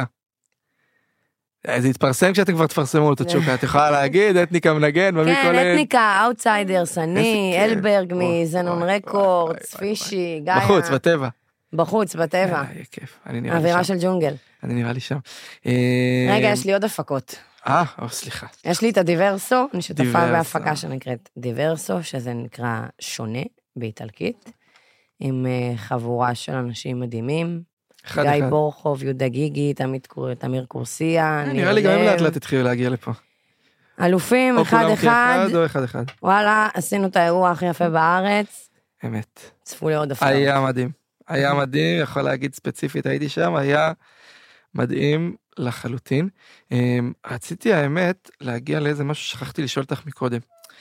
זה יתפרסם כשאתם כבר תפרסמו את התשוקה, את יכולה להגיד, אתניקה מנגן, כן, אתניקה, אאוטסיידרס, אני, אלברג מזנון רקורדס, פישי, גאיה. בחוץ, בטבע. בחוץ, בטבע. יהיה כיף, אני נראה לי שם. אווירה של ג'ונגל. אני נראה לי שם. רגע, יש לי עוד הפקות. אה, או, סליחה. יש לי את הדיברסו, אני שותפה בהפקה שנקראת דיברסו, שזה נקרא שונה באיטלקית, עם חבורה של אנשים מדהימים. גיא בורחוב, יהודה גיגי, תמיר קורסיה. נראה לי גם הם לאט לאט התחילו להגיע לפה. אלופים, אחד אחד. או אחד אחד. וואלה, עשינו את האירוע הכי יפה בארץ. אמת. צפו לי עוד הפתעות. היה מדהים. היה מדהים, יכול להגיד ספציפית, הייתי שם, היה מדהים לחלוטין. רציתי האמת להגיע לאיזה משהו ששכחתי לשאול אותך מקודם.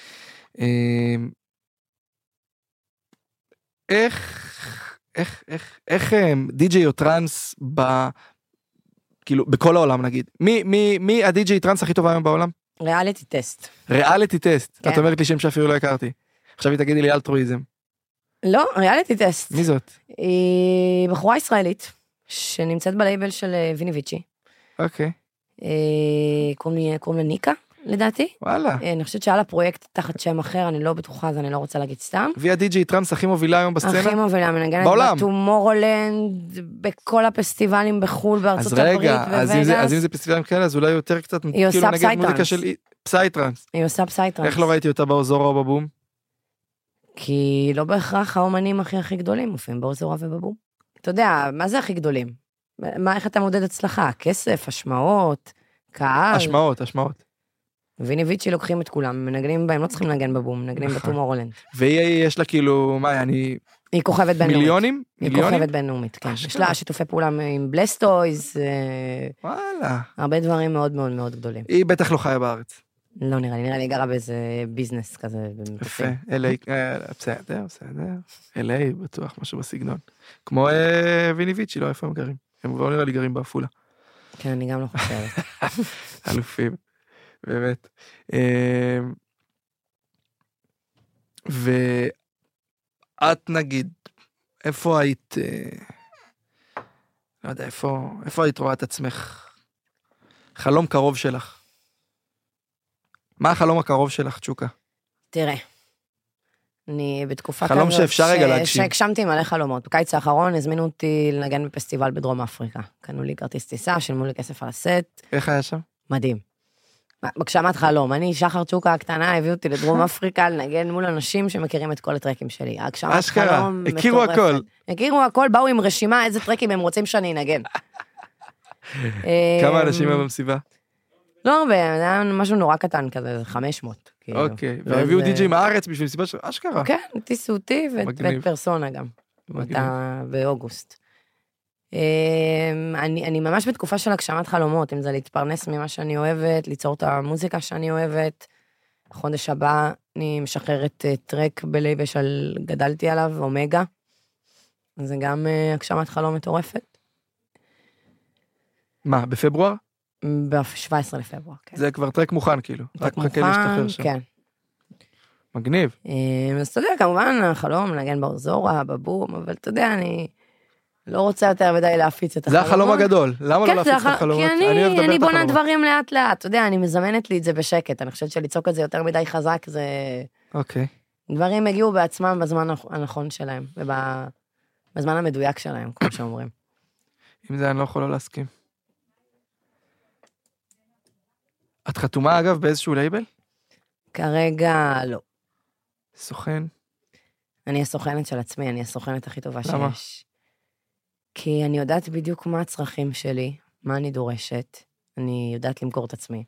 איך... איך, איך, איך די-ג'יי או טרנס ב... כאילו, בכל העולם נגיד. מי, מי, מי הדי-ג'יי טרנס הכי טובה היום בעולם? ריאליטי טסט. ריאליטי טסט. כן. את אומרת לי שם שאפילו לא הכרתי. עכשיו היא תגידי לי אלטרואיזם. לא, ריאליטי טסט. מי זאת? היא בחורה ישראלית, שנמצאת בלייבל של ויני ויצ'י. אוקיי. קוראים לה ניקה. לדעתי. וואלה. אני חושבת שהיה לה פרויקט תחת שם אחר, אני לא בטוחה, אז אני לא רוצה להגיד סתם. והיא הדי-ג'יי טרנס הכי מובילה היום בסצנה? הכי מובילה, מנגנת בטומורולנד, בכל הפסטיבלים בחול, בארצות הברית ווגאס. אז רגע, אז אם זה פסטיבלים כאלה, אז אולי יותר קצת, היא עושה פסייטרנס. פסייטרנס. היא עושה פסייטרנס. איך לא ראיתי אותה באוזורה או בבום? כי לא בהכרח האומנים הכי הכי גדולים מופיעים באוזורה ובבום. אתה יודע, מה זה הכי גדולים? מה, איך אתה מודד הצלחה? כסף, השמעות, קהל. השמעות, השמעות. ויני ויצ'י לוקחים את כולם, מנגנים בהם, לא צריכים לנגן בבום, מנגנים בטומורולנד. והיא יש לה כאילו, מה, אני... היא כוכבת בינלאומית. מיליונים? היא כוכבת בינלאומית, כן. יש לה שיתופי פעולה עם בלסטויז, וואלה. הרבה דברים מאוד מאוד מאוד גדולים. היא בטח לא חיה בארץ. לא נראה לי, נראה לי גרה באיזה ביזנס כזה. יפה, אל איי, בסדר, בסדר. אל איי, בטוח, משהו בסגנון. כמו ויני ויצ'י, לא איפה הם גרים. הם לא נראה לי גרים באפולה. כן, אני גם לא חושבת. אלופים. באמת. ואת נגיד, איפה היית, לא יודע, איפה, איפה היית רואה את עצמך? חלום קרוב שלך. מה החלום הקרוב שלך, צ'וקה? תראה, אני בתקופה חלום שאפשר רגע להגשים. שהגשמתי מלא חלומות. בקיץ האחרון הזמינו אותי לנגן בפסטיבל בדרום אפריקה. קנו לי כרטיס טיסה, שילמו לי כסף על הסט. איך היה שם? מדהים. בגשמת חלום, אני שחר צ'וקה הקטנה, הביאו אותי לדרום אפריקה לנגן מול אנשים שמכירים את כל הטרקים שלי. הגשמת חלום מטורפת. הכירו הכל. הכירו הכל, באו עם רשימה איזה טרקים הם רוצים שאני אנגן. כמה אנשים היו במסיבה? לא הרבה, זה היה משהו נורא קטן כזה, חמש מאות. אוקיי, והביאו די-ג'יי מהארץ בשביל מסיבה של אשכרה. כן, טיסו אותי ואת פרסונה גם. באוגוסט. אני, אני ממש בתקופה של הגשמת חלומות, אם זה להתפרנס ממה שאני אוהבת, ליצור את המוזיקה שאני אוהבת, חודש הבא אני משחררת אה, טרק בלייבל של גדלתי עליו, אומגה. זה גם אה, הגשמת חלום מטורפת. מה, בפברואר? ב-שבעה עשר לפברואר, כן. זה כבר טרק מוכן, כאילו. טרק רק מחכה להשתחרר מוכן, שם. כן. מגניב. אה, אז אתה יודע, כמובן, החלום לנגן באורזורה, בבום, אבל אתה יודע, אני לא רוצה יותר מדי להפיץ את זה החלומות. החלום הגדול. למה לא כן, להפיץ זה את הח- החלומות? כי אני, אוהב לדבר אני את בונה החלומות. דברים לאט לאט, אתה יודע, אני מזמנת לי את זה בשקט, אני חושבת שלצעוק את זה יותר מדי חזק, זה... אוקיי. דברים הגיעו בעצמם בזמן הנכון שלהם, ובזמן המדויק שלהם, כמו שאומרים. עם זה אני לא יכול לא להסכים. את חתומה אגב באיזשהו לייבל? כרגע לא. סוכן? אני הסוכנת של עצמי, אני הסוכנת הכי טובה למה? שיש. כי אני יודעת בדיוק מה הצרכים שלי, מה אני דורשת, אני יודעת למכור את עצמי.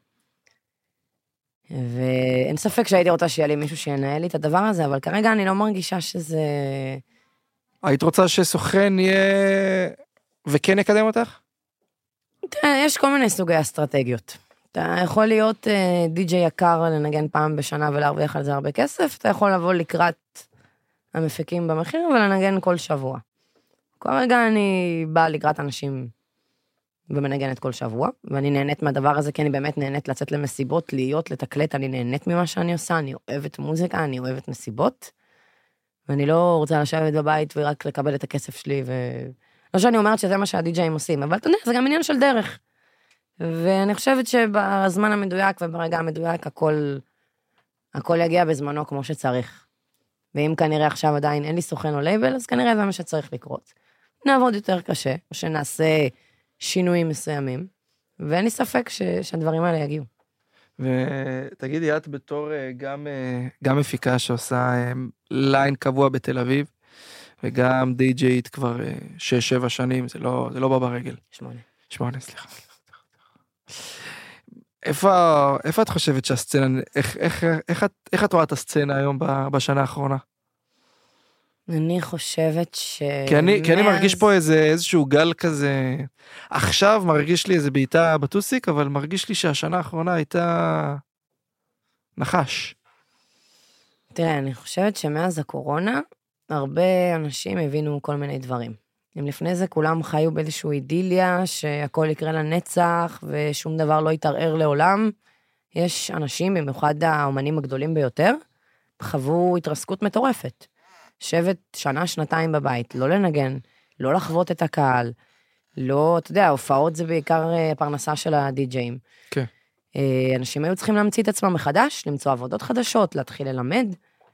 ואין ספק שהייתי רוצה שיהיה לי מישהו שינהל לי את הדבר הזה, אבל כרגע אני לא מרגישה שזה... היית רוצה שסוכן יהיה... וכן יקדם אותך? תראה, יש כל מיני סוגי אסטרטגיות. אתה יכול להיות uh, די-ג'יי יקר לנגן פעם בשנה ולהרוויח על זה הרבה כסף, אתה יכול לבוא לקראת המפיקים במחיר ולנגן כל שבוע. כרגע אני באה לקראת אנשים ומנגנת כל שבוע, ואני נהנית מהדבר הזה, כי אני באמת נהנית לצאת למסיבות, להיות, לתקלט, אני נהנית ממה שאני עושה, אני אוהבת מוזיקה, אני אוהבת מסיבות, ואני לא רוצה לשבת בבית ורק לקבל את הכסף שלי, ו... לא שאני אומרת שזה מה שהדי-ג'יים עושים, אבל אתה יודע, זה גם עניין של דרך. ואני חושבת שבזמן המדויק וברגע המדויק, הכל, הכל יגיע בזמנו כמו שצריך. ואם כנראה עכשיו עדיין אין לי סוכן או לייבל, אז כנראה זה מה שצריך לקרות. נעבוד יותר קשה, או שנעשה שינויים מסוימים, ואין לי ספק ש, שהדברים האלה יגיעו. ותגידי, את בתור גם, גם מפיקה שעושה ליין קבוע בתל אביב, וגם די-ג'יית כבר שש, שבע שנים, זה לא, זה לא בא ברגל. שמונה. שמונה, סליחה. איפה, איפה את חושבת שהסצנה, איך, איך, איך, את, איך את רואה את הסצנה היום בשנה האחרונה? אני חושבת ש... כי אני, כי אני מאז... מרגיש פה איזה, איזשהו גל כזה, עכשיו מרגיש לי איזה בעיטה בטוסיק, אבל מרגיש לי שהשנה האחרונה הייתה נחש. תראה, אני חושבת שמאז הקורונה, הרבה אנשים הבינו כל מיני דברים. אם לפני זה כולם חיו באיזשהו אידיליה, שהכל יקרה לנצח, ושום דבר לא יתערער לעולם, יש אנשים, במיוחד האומנים הגדולים ביותר, חוו התרסקות מטורפת. שבת שנה, שנתיים בבית, לא לנגן, לא לחוות את הקהל, לא, אתה יודע, הופעות זה בעיקר פרנסה של הדי-ג'יים. כן. אנשים היו צריכים להמציא את עצמם מחדש, למצוא עבודות חדשות, להתחיל ללמד.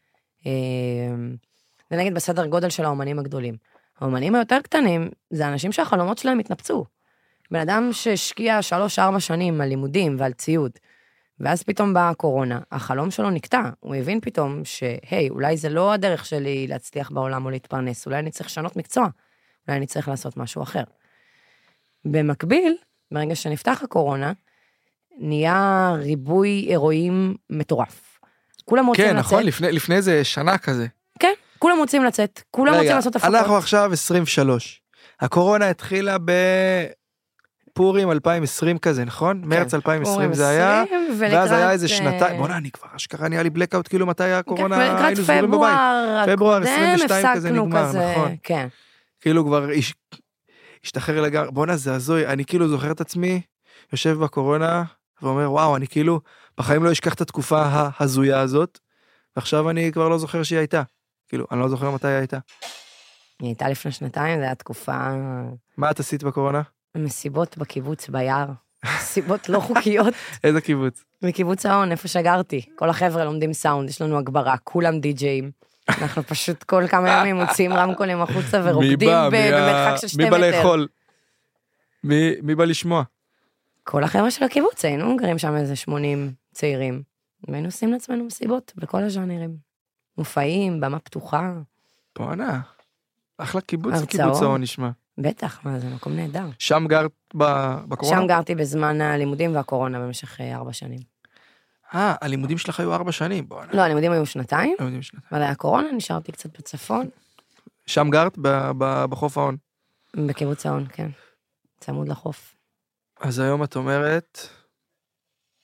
זה נגיד בסדר גודל של האומנים הגדולים. האומנים היותר קטנים, זה אנשים שהחלומות שלהם התנפצו. בן אדם שהשקיע שלוש, ארבע שנים על לימודים ועל ציוד, ואז פתאום באה הקורונה, החלום שלו נקטע, הוא הבין פתאום שהי, אולי זה לא הדרך שלי להצליח בעולם או להתפרנס, אולי אני צריך לשנות מקצוע, אולי אני צריך לעשות משהו אחר. במקביל, ברגע שנפתח הקורונה, נהיה ריבוי אירועים מטורף. כולם רוצים כן, לצאת. נכון, לפני, לפני איזה שנה כזה. כן, כולם רוצים לצאת, כולם רוצים לעשות הפקות. אנחנו עכשיו עשרים ושלוש. הקורונה התחילה בפורים אלפיים ועשרים כזה, נכון? מרץ אלפיים ועשרים זה היה, ואז היה איזה שנתיים, בוא'נה, אני כבר אשכרה נהיה לי בלקאוט, כאילו מתי הקורונה היינו סגורים בבית. פברואר עשרים ושתיים כזה נגמר, נכון. כן. כאילו כבר השתחרר לגמרי, בוא'נה זה הזוי, אני כאילו זוכר את עצמי, יושב בקורונה, ואומר, וואו, אני כאילו בחיים לא אשכח את התקופה ההזויה הזאת, ועכשיו אני כבר לא זוכר שהיא הייתה. כאילו, אני לא זוכר מתי היא הייתה. היא הייתה לפני שנתיים, זו הייתה תקופה... מה את עשית בקורונה? מסיבות בקיבוץ ביער. מסיבות לא חוקיות. איזה קיבוץ? מקיבוץ ההון, איפה שגרתי. כל החבר'ה לומדים סאונד, יש לנו הגברה, כולם די-ג'יים. אנחנו פשוט כל כמה ימים מוצאים רמקולים החוצה ורוקדים במרחק של שתי מטר. מי בא לאכול? מי בא לשמוע? כל החבר'ה של הקיבוץ, היינו גרים שם איזה שמונים צעירים. והיינו עושים לעצמנו מסיבות בכל הז'אנרים. מופעים, במה פתוחה. בואנה, אחלה קיבוץ, קיבוץ ההון נשמע. בטח, מה זה מקום נהדר. שם גרת בקורונה? שם גרתי בזמן הלימודים והקורונה במשך ארבע שנים. אה, הלימודים שלך היו ארבע שנים, בואנה. לא, הלימודים היו שנתיים. הלימודים שנתיים. אבל הקורונה נשארתי קצת בצפון. שם גרת בחוף ההון? בקיבוץ ההון, כן. צמוד לחוף. אז היום את אומרת,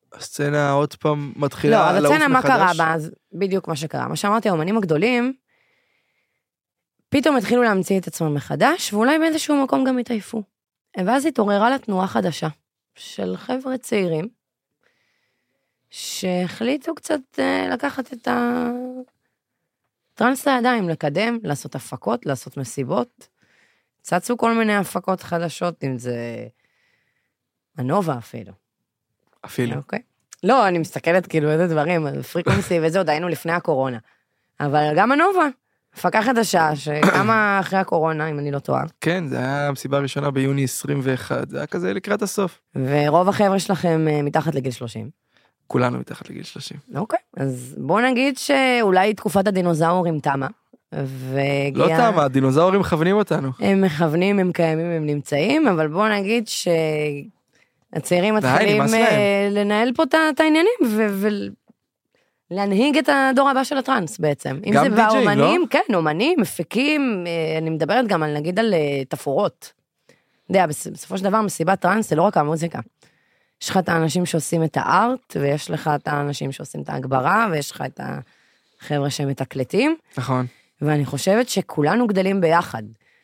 הסצנה עוד פעם לא, מתחילה אז לעוף הסצנה מה קרה מחדש. בה, אז בדיוק מה שקרה. מה שאמרתי, האומנים הגדולים, פתאום התחילו להמציא את עצמם מחדש, ואולי באיזשהו מקום גם התעייפו. ואז התעוררה לה תנועה חדשה, של חבר'ה צעירים, שהחליטו קצת אה, לקחת את הטרנס לידיים, לקדם, לעשות הפקות, לעשות מסיבות. צצו כל מיני הפקות חדשות, אם זה הנובה אפילו. אפילו. אוקיי. לא, אני מסתכלת כאילו איזה דברים, פריקוונסי וזה עוד היינו לפני הקורונה. אבל גם הנובה, הפקה חדשה, שקמה אחרי הקורונה, אם אני לא טועה. כן, זה היה המסיבה הראשונה ביוני עשרים ואחת, זה היה כזה לקראת הסוף. ורוב החבר'ה שלכם אה, מתחת לגיל שלושים. כולנו מתחת לגיל שלושים. אוקיי, אז בוא נגיד שאולי תקופת הדינוזאורים תמה, והגיע... לא תמה, הדינוזאורים מכוונים אותנו. הם מכוונים, הם קיימים, הם נמצאים, אבל בוא נגיד שהצעירים מתחילים נמאס להם. אה, לנהל פה את ה- את העניינים, ו... להנהיג את הדור הבא של הטרנס בעצם. אם גם זה די-ג'יי, באומנים, לא? כן, אומנים, מפיקים, אה, אני מדברת גם על, נגיד, על אה, תפאורות. אתה יודע, בס- בסופו של דבר, מסיבת טרנס זה לא רק המוזיקה. יש לך את האנשים שעושים את הארט, ויש לך את האנשים שעושים את ההגברה, ויש לך את החבר'ה שמתקלטים, נכון. ואני חושבת שכולנו גדלים ביחד.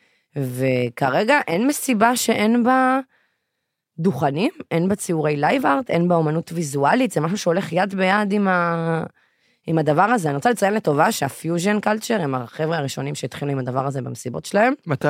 וכרגע אין מסיבה שאין בה דוכנים, אין בה ציורי לייב ארט, אין בה אומנות ויזואלית, זה משהו שהולך יד ביד עם, ה... עם הדבר הזה. אני רוצה לציין לטובה שהפיוז'ן קלצ'ר הם החבר'ה הראשונים שהתחילו עם הדבר הזה במסיבות שלהם. מתי?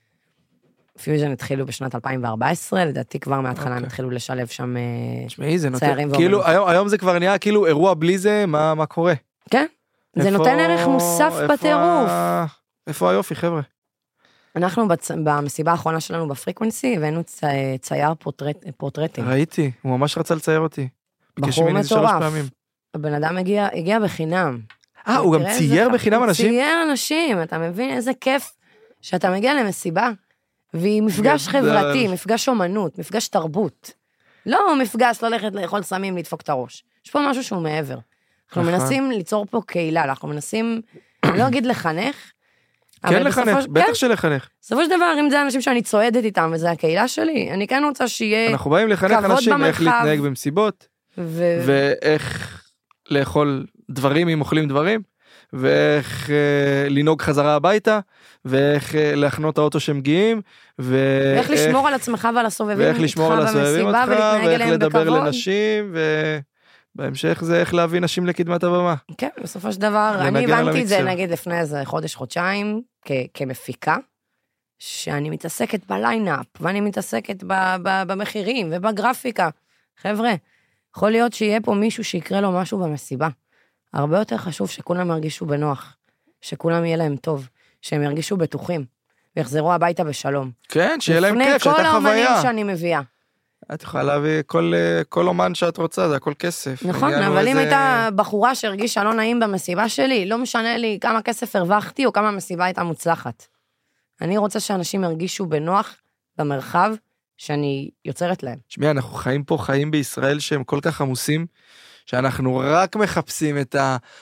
פיוז'ן התחילו בשנת אלפיים וארבע עשרה, לדעתי כבר מההתחלה הם אוקיי. התחילו לשלב שם... אה, תשמעי, זה נותן, צעירים כאילו, ואומנות. היום, היום זה כבר נהיה כאילו אירוע בלי זה, מה, מה קורה? כן, זה איפה- נותן ערך מוסף איפה בטירוף. ה- איפה היופי, חבר'ה? אנחנו בצ... במסיבה האחרונה שלנו בפריקוונסי, הבאנו צ... צייר פורטרט... פורטרטים. ראיתי, הוא ממש רצה לצייר אותי. ביקש בחור ממני איזה שלוש מטורף. פעמים. הבן אדם הגיע, הגיע בחינם. אה, הוא גם תראה צייר איזה- בחינם הוא אנשים? צייר אנשים, אתה מבין איזה כיף שאתה מגיע למסיבה, והיא מפגש גדל. חברתי, מפגש אומנות, מפגש תרבות. לא מפגש ללכת לאכול סמים, לדפוק את הראש. יש פה משהו שהוא מעבר. אנחנו נכון. מנסים ליצור פה קהילה, אנחנו מנסים, אני לא אגיד לחנך, כן אבל בסופו לחנך, של- בטח כן, שלחנך. בסופו של דבר, אם זה אנשים שאני צועדת איתם, וזה הקהילה שלי, אני כן רוצה שיהיה, אנחנו באים לחנך כבוד אנשים איך במרחב. להתנהג במסיבות, ו- ואיך לאכול דברים אם אוכלים דברים, ואיך אה, לנהוג חזרה הביתה, ואיך אה, להכנות האוטו שמגיעים, ואיך לשמור על עצמך ועל הסובבים ואיך איתך לשמור על הסובבים במסיבה, אותך, ולהתנהג ואיך אליהם לדבר בכבוד. לנשים, ובהמשך זה איך להביא נשים לקדמת הבמה. כן, בסופו של דבר, לנגן אני על הבנתי את זה המיקסר. נגיד לפני איזה חודש, חודשיים, כ- כמפיקה, שאני מתעסקת בליינאפ, ואני מתעסקת ב- ב- במחירים ובגרפיקה. חבר'ה, יכול להיות שיהיה פה מישהו שיקרה לו משהו במסיבה. הרבה יותר חשוב שכולם ירגישו בנוח, שכולם יהיה להם טוב, שהם ירגישו בטוחים, ויחזרו הביתה בשלום. כן, שיהיה להם כיף, לפני כל שהייתה האומנים חוויה. שאני מביאה. את יכולה להביא כל, אה, כל אומן שאת רוצה, זה הכל כסף. נכון, העניין הוא אבל אם איזה- הייתה בחורה שהרגישה לא נעים במסיבה שלי, לא משנה לי כמה כסף הרווחתי או כמה המסיבה הייתה מוצלחת. אני רוצה שאנשים ירגישו בנוח במרחב שאני יוצרת להם. תשמעי, אנחנו חיים פה חיים בישראל שהם כל כך עמוסים, שאנחנו רק מחפשים את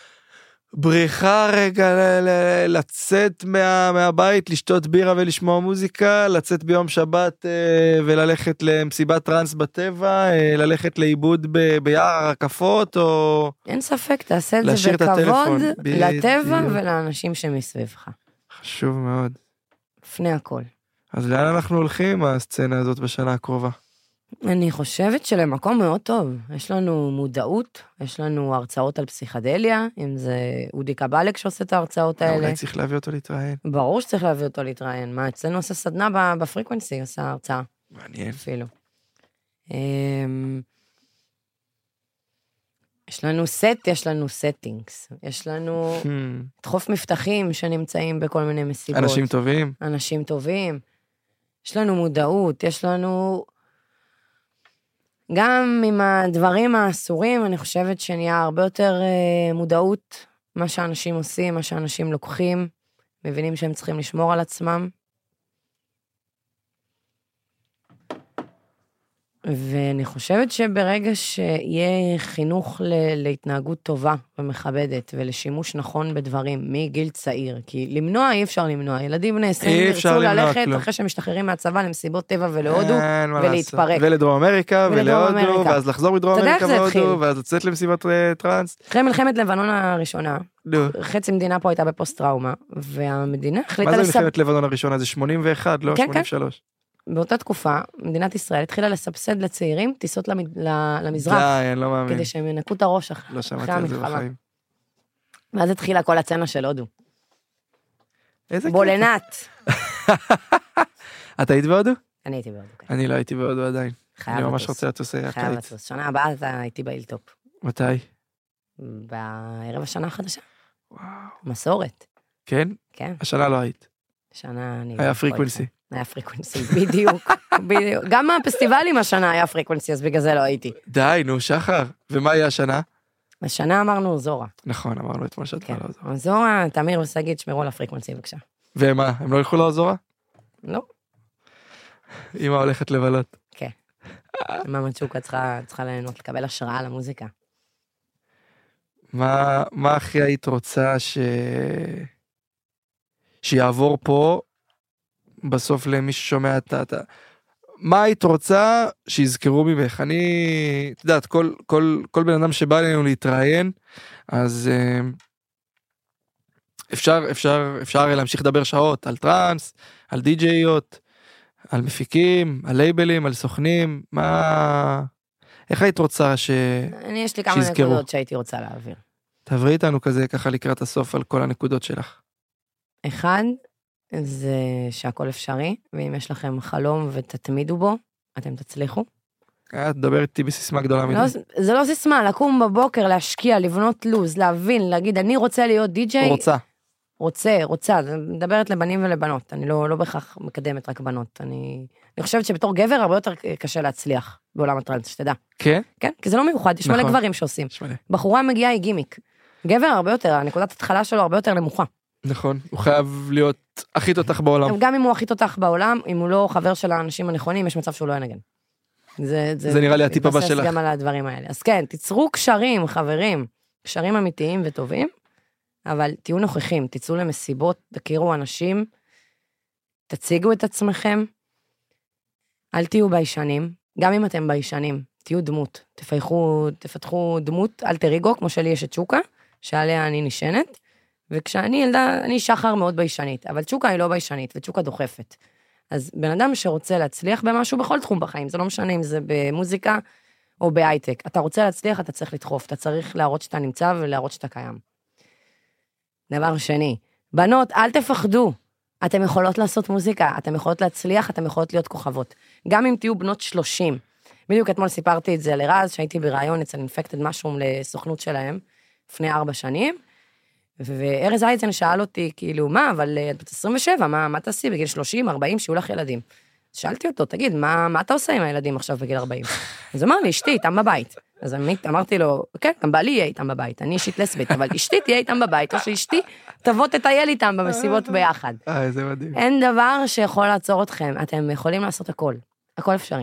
הבריחה רגע, ל- ל- לצאת מה, מהבית, לשתות בירה ולשמוע מוזיקה, לצאת ביום שבת אה, וללכת למסיבת טרנס בטבע, אה, ללכת לאיבוד ב- ביער הרקפות, או אין ספק, תעשה את זה להשאיר את בכבוד הטלפון. לטבע בדיוק. ולאנשים שמסביבך. חשוב מאוד. לפני הכל. אז לאן אנחנו הולכים עם הסצנה הזאת בשנה הקרובה? אני חושבת שלמקום מאוד טוב. יש לנו מודעות, יש לנו הרצאות על פסיכדליה, אם זה אודי קבלק שעושה את ההרצאות האלה. אולי צריך להביא אותו להתראיין. ברור שצריך להביא אותו להתראיין. מה, אצלנו עושה סדנה ב- בפריקוונסי, עושה הרצאה מעניין. אפילו. אמ, יש לנו סט, יש לנו סטינגס. יש לנו Hmm. את חוף מבטחים שנמצאים בכל מיני מסיבות. אנשים טובים. אנשים טובים. יש לנו מודעות, יש לנו... גם עם הדברים האסורים, אני חושבת שנהיה הרבה יותר אה, מודעות, מה שאנשים עושים, מה שאנשים לוקחים, מבינים שהם צריכים לשמור על עצמם. ואני חושבת שברגע שיהיה חינוך ל- להתנהגות טובה ומכבדת, ולשימוש נכון בדברים מגיל צעיר, כי למנוע אי אפשר למנוע, ילדים בני עשרים ירצו ללכת כלום. אחרי שמשתחררים מהצבא למסיבות טבע ולהודו, ולהתפרק. ולדרום אמריקה, ולדרום ולהודו, אמריקה. ואז לחזור מדרום אמריקה והודו, ואז לצאת למסיבת טרנס. אחרי מלחמת לבנון הראשונה, נו. חצי מדינה פה הייתה בפוסט-טראומה, והמדינה החליטה מה זה לסב... מלחמת לבנון הראשונה? זה שמונים ואחת, לא כן, שמונים ושלוש. באותה תקופה, מדינת ישראל התחילה לסבסד לצעירים טיסות למ- ל- למזרח, די, אני לא מאמין. כדי שהם ינקו את הראש אחרי לא שמעתי אחרי על זה המלחמה. בחיים. ואז התחילה כל הצצנה של הודו. איזה בולנת. את היית בהודו? אני הייתי בהודו, כן. אני לא הייתי בהודו עדיין. חייב אני ממש לטוס. רוצה לטוס חייב הקיץ. לטוס. שנה הבאה אתה הייתי בהילטופ. מתי? בערב השנה החדשה. וואו. מסורת. כן? כן, השנה לא היית. שנה אני... היה פריקוונסי. היה פריקוונסי, בדיוק. בדיוק. גם הפסטיבלים השנה היה פריקוונסי, אז בגלל זה לא הייתי. די, נו, שחר. ומה יהיה השנה? השנה אמרנו זורה. נכון, אמרנו אתמול שאת כן. לא לעזור. זורה, תמיר ושגית, שמרו על הפריקוונסי, בבקשה. ומה, הם לא ילכו לעזורה? לא, אמא הולכת לבלות. כן. מאמה צ'וקה צריכה צריכה ליהנות, לקבל השראה למוזיקה. מה, מה הכי היית רוצה ש... שיעבור פה בסוף למי ששומע את ה... מה היית רוצה שיזכרו ממך? אני, את יודעת, כל, כל, כל בן אדם שבא אלינו להתראיין, אז אפשר, אפשר, אפשר להמשיך לדבר שעות על טרנס, על די-ג'יות, על מפיקים, על לייבלים, על סוכנים, מה... איך היית רוצה ש... אני יש לי כמה שיזכרו. נקודות שהייתי רוצה להעביר. תעברי איתנו כזה ככה לקראת הסוף על כל הנקודות שלך. אחד, זה שהכל אפשרי, ואם יש לכם חלום ותתמידו בו, אתם תצליחו. את מדבר איתי בסיסמה גדולה מדי. לא, זה לא סיסמה, לקום בבוקר, להשקיע, לבנות לוז, להבין, להגיד, אני רוצה להיות די-ג'יי. רוצה. רוצה, רוצה, זה מדברת לבנים ולבנות, אני לא, לא בהכרח מקדמת רק בנות, אני, אני חושבת שבתור גבר הרבה יותר קשה להצליח בעולם הטרנס, שתדע. כן? כן, כי זה לא מיוחד, יש מלא נכון. גברים שעושים. יש מלא. בחורה מגיעה היא גימיק. גבר הרבה יותר, הנקודת התחלה שלו הרבה יותר נמוכה. נכון, הוא חייב להיות הכי תותח בעולם. גם אם הוא הכי תותח בעולם, אם הוא לא חבר של האנשים הנכונים, יש מצב שהוא לא ינגן. זה, זה נראה לי הטיפ הבא שלך. מתבסס גם על הדברים האלה. אז כן, תיצרו קשרים, חברים, קשרים אמיתיים וטובים, אבל תהיו נוכחים, תצאו למסיבות, תכירו אנשים, תציגו את עצמכם, אל תהיו ביישנים, גם אם אתם ביישנים, תהיו דמות, תפתחו, תפתחו דמות אלטר-אגו, כמו שלי יש את צ'וקה, שעליה אני נשענת, וכשאני ילדה, אני שחר מאוד ביישנית, אבל צ'וקה היא לא ביישנית, וצ'וקה דוחפת. אז בן אדם שרוצה להצליח במשהו בכל תחום בחיים, זה לא משנה אם זה במוזיקה או בהייטק, אתה רוצה להצליח, אתה צריך לדחוף, אתה צריך להראות שאתה נמצא ולהראות שאתה קיים. דבר שני, בנות, אל תפחדו, אתם יכולות לעשות מוזיקה, אתם יכולות להצליח, אתם יכולות להיות כוכבות. גם אם תהיו בנות שלושים. בדיוק אתמול סיפרתי את זה לרז, שהייתי ברעיון אצל אינפקטד משרום לסוכנות שלהם, לפני ארבע שנים, וארז אייזן שאל אותי, כאילו, מה, אבל את בת עשרים ושבע, מה, מה תעשי בגיל שלושים, ארבעים, שיהיו לך ילדים? שאלתי אותו, תגיד, מה, מה אתה עושה עם הילדים עכשיו בגיל ארבעים? אז הוא אמר לי, אשתי, איתם בבית. אז אני אמרתי לו, כן, גם בעלי יהיה איתם בבית, אני אישית לסבית, אבל אשתי תהיה איתם בבית, או שאשתי תבוא תטייל איתם במסיבות ביחד. אה, זה מדהים. אין דבר שיכול לעצור אתכם, אתם יכולים לעשות הכל, הכל אפשרי.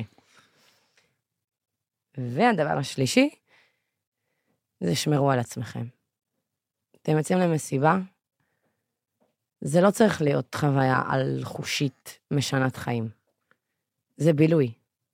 והדבר השלישי, זה שמרו על עצמכם. אתם יוצאים למסיבה, זה לא צריך להיות חוויה על חושית משנת חיים. זה בילוי.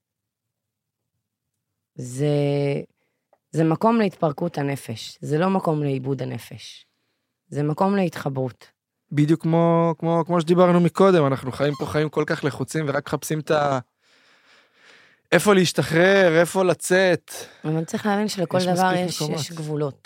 זה, זה מקום להתפרקות הנפש, זה לא מקום לאיבוד הנפש. זה מקום להתחברות. בדיוק כמו, כמו, כמו שדיברנו מקודם, אנחנו חיים פה חיים כל כך לחוצים, ורק חפשים את ה... איפה להשתחרר, איפה לצאת. אבל צריך להבין שלכל יש דבר מספיק יש, מקומות. יש גבולות.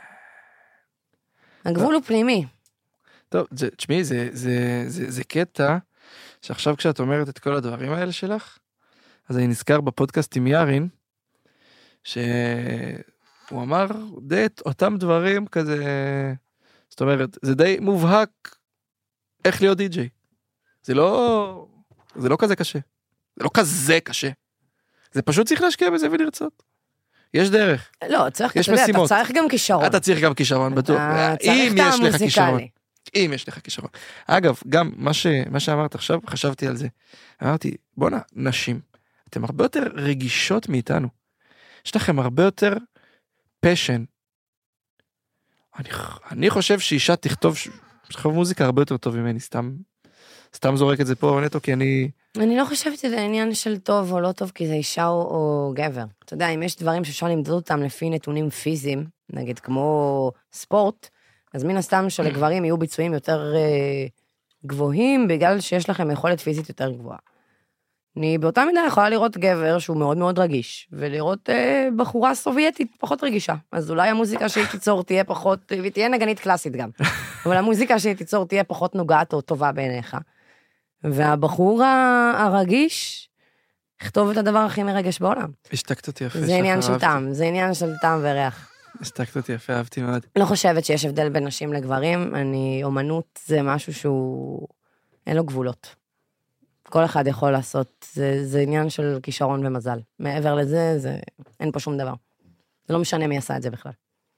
הגבול הוא פנימי. טוב, זה, תשמעי, זה, זה, זה, זה קטע, שעכשיו כשאת אומרת את כל הדברים האלה שלך, אז אני נזכר בפודקאסט עם ירין, שהוא אמר די את אותם דברים כזה, זאת אומרת, זה די מובהק איך להיות די-ג'יי. זה לא, זה לא כזה קשה. זה לא כזה קשה. זה פשוט צריך להשקיע בזה ולרצות. יש דרך. לא, צריך, יש אתה יודע, משימות. אתה צריך גם כישרון. אתה צריך גם כישרון, בטוח. אתה אם צריך את יש לך כישרון. המוזיקלי. אם יש לך כישרון. אגב, גם מה, ש, מה שאמרת עכשיו, חשבתי על זה. אמרתי, בוא'נה, נשים. אתם הרבה יותר רגישות מאיתנו. יש לכם הרבה יותר פשן. אני, אני חושב שאישה תכתוב, תכתוב מוזיקה הרבה יותר טוב ממני, סתם, סתם זורק את זה פה נטו, כי אני... אני לא חושבת שזה עניין של טוב או לא טוב, כי זה אישה או, או גבר. אתה יודע, אם יש דברים שאפשר למדוד אותם לפי נתונים פיזיים, נגיד כמו ספורט, אז מן הסתם שלגברים יהיו ביצועים יותר אה, גבוהים, בגלל שיש לכם יכולת פיזית יותר גבוהה. אני באותה מידה יכולה לראות גבר שהוא מאוד מאוד רגיש, ולראות אה, בחורה סובייטית פחות רגישה. אז אולי המוזיקה שהיא תיצור תהיה פחות, והיא תהיה נגנית קלאסית גם, אבל המוזיקה שהיא תיצור תהיה פחות נוגעת או טובה בעיניך. והבחור הרגיש, יכתוב את הדבר הכי מרגש בעולם. השתקת אותי יפה. זה עניין של טעם, זה עניין של טעם וריח. השתקת אותי יפה, אהבתי מאוד. לא חושבת שיש הבדל בין נשים לגברים, אני, אומנות זה משהו שהוא, אין לו גבולות. כל אחד יכול לעשות, זה, זה עניין של כישרון ומזל. מעבר לזה, זה, אין פה שום דבר. זה לא משנה מי עשה את זה בכלל.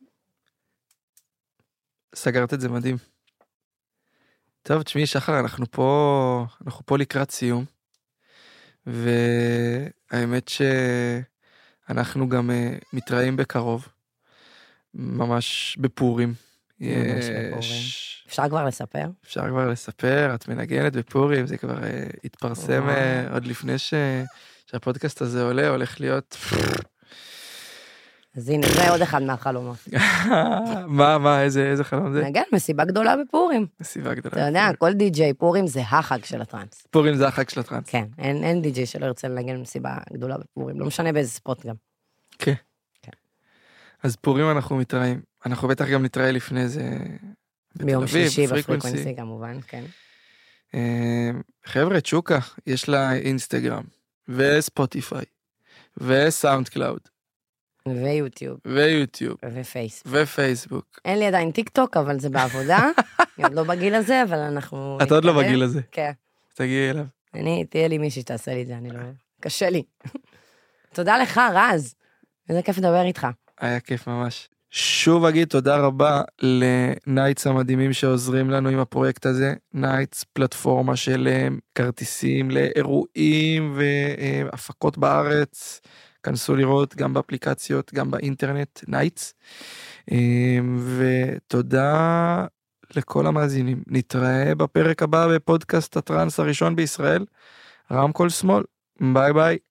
סגרת את זה מדהים. טוב, תשמעי, שחר, אנחנו פה, אנחנו פה לקראת סיום, והאמת שאנחנו גם uh, מתראים בקרוב, ממש בפורים. ממש בפורים. אפשר כבר לספר? אפשר כבר לספר, את מנגנת בפורים, זה כבר uh, התפרסם uh, עוד לפני ש... שהפודקאסט הזה עולה, הולך להיות... אז הנה, זה עוד אחד מהחלומות. מה, מה, איזה, איזה חלום זה? נגן, מסיבה גדולה בפורים. מסיבה גדולה. אתה יודע, כל די-ג'יי פורים זה החג של הטרנס. פורים זה החג של הטרנס. כן, אין, אין די-ג'יי שלא ירצה לנגן מסיבה גדולה בפורים, לא משנה באיזה ספוט גם. כן. כן. אז פורים אנחנו מתראים, אנחנו בטח גם נתראה לפני זה... ביום שלישי בפריקוונסי כמובן, כן. חבר'ה, צ'וקה, יש לה אינסטגרם, וספוטיפיי, וסאונד קלאוד. ויוטיוב. ויוטיוב. ופייסבוק. ופייסבוק. אין לי עדיין טיק טוק, אבל זה בעבודה. אני עוד לא בגיל הזה, אבל אנחנו... את עוד לא בגיל הזה. כן. תגיעי אליו. אני, תהיה לי מישהי שתעשה לי את זה, אני לא... קשה לי. תודה לך, רז. איזה כיף לדבר איתך. היה כיף ממש. שוב אגיד תודה רבה לנייטס המדהימים שעוזרים לנו עם הפרויקט הזה. נייטס, פלטפורמה של כרטיסים לאירועים והפקות בארץ. כנסו לראות גם באפליקציות, גם באינטרנט, נייטס. ותודה לכל המאזינים. נתראה בפרק הבא בפודקאסט הטרנס הראשון בישראל. רמקול שמאל. ביי ביי.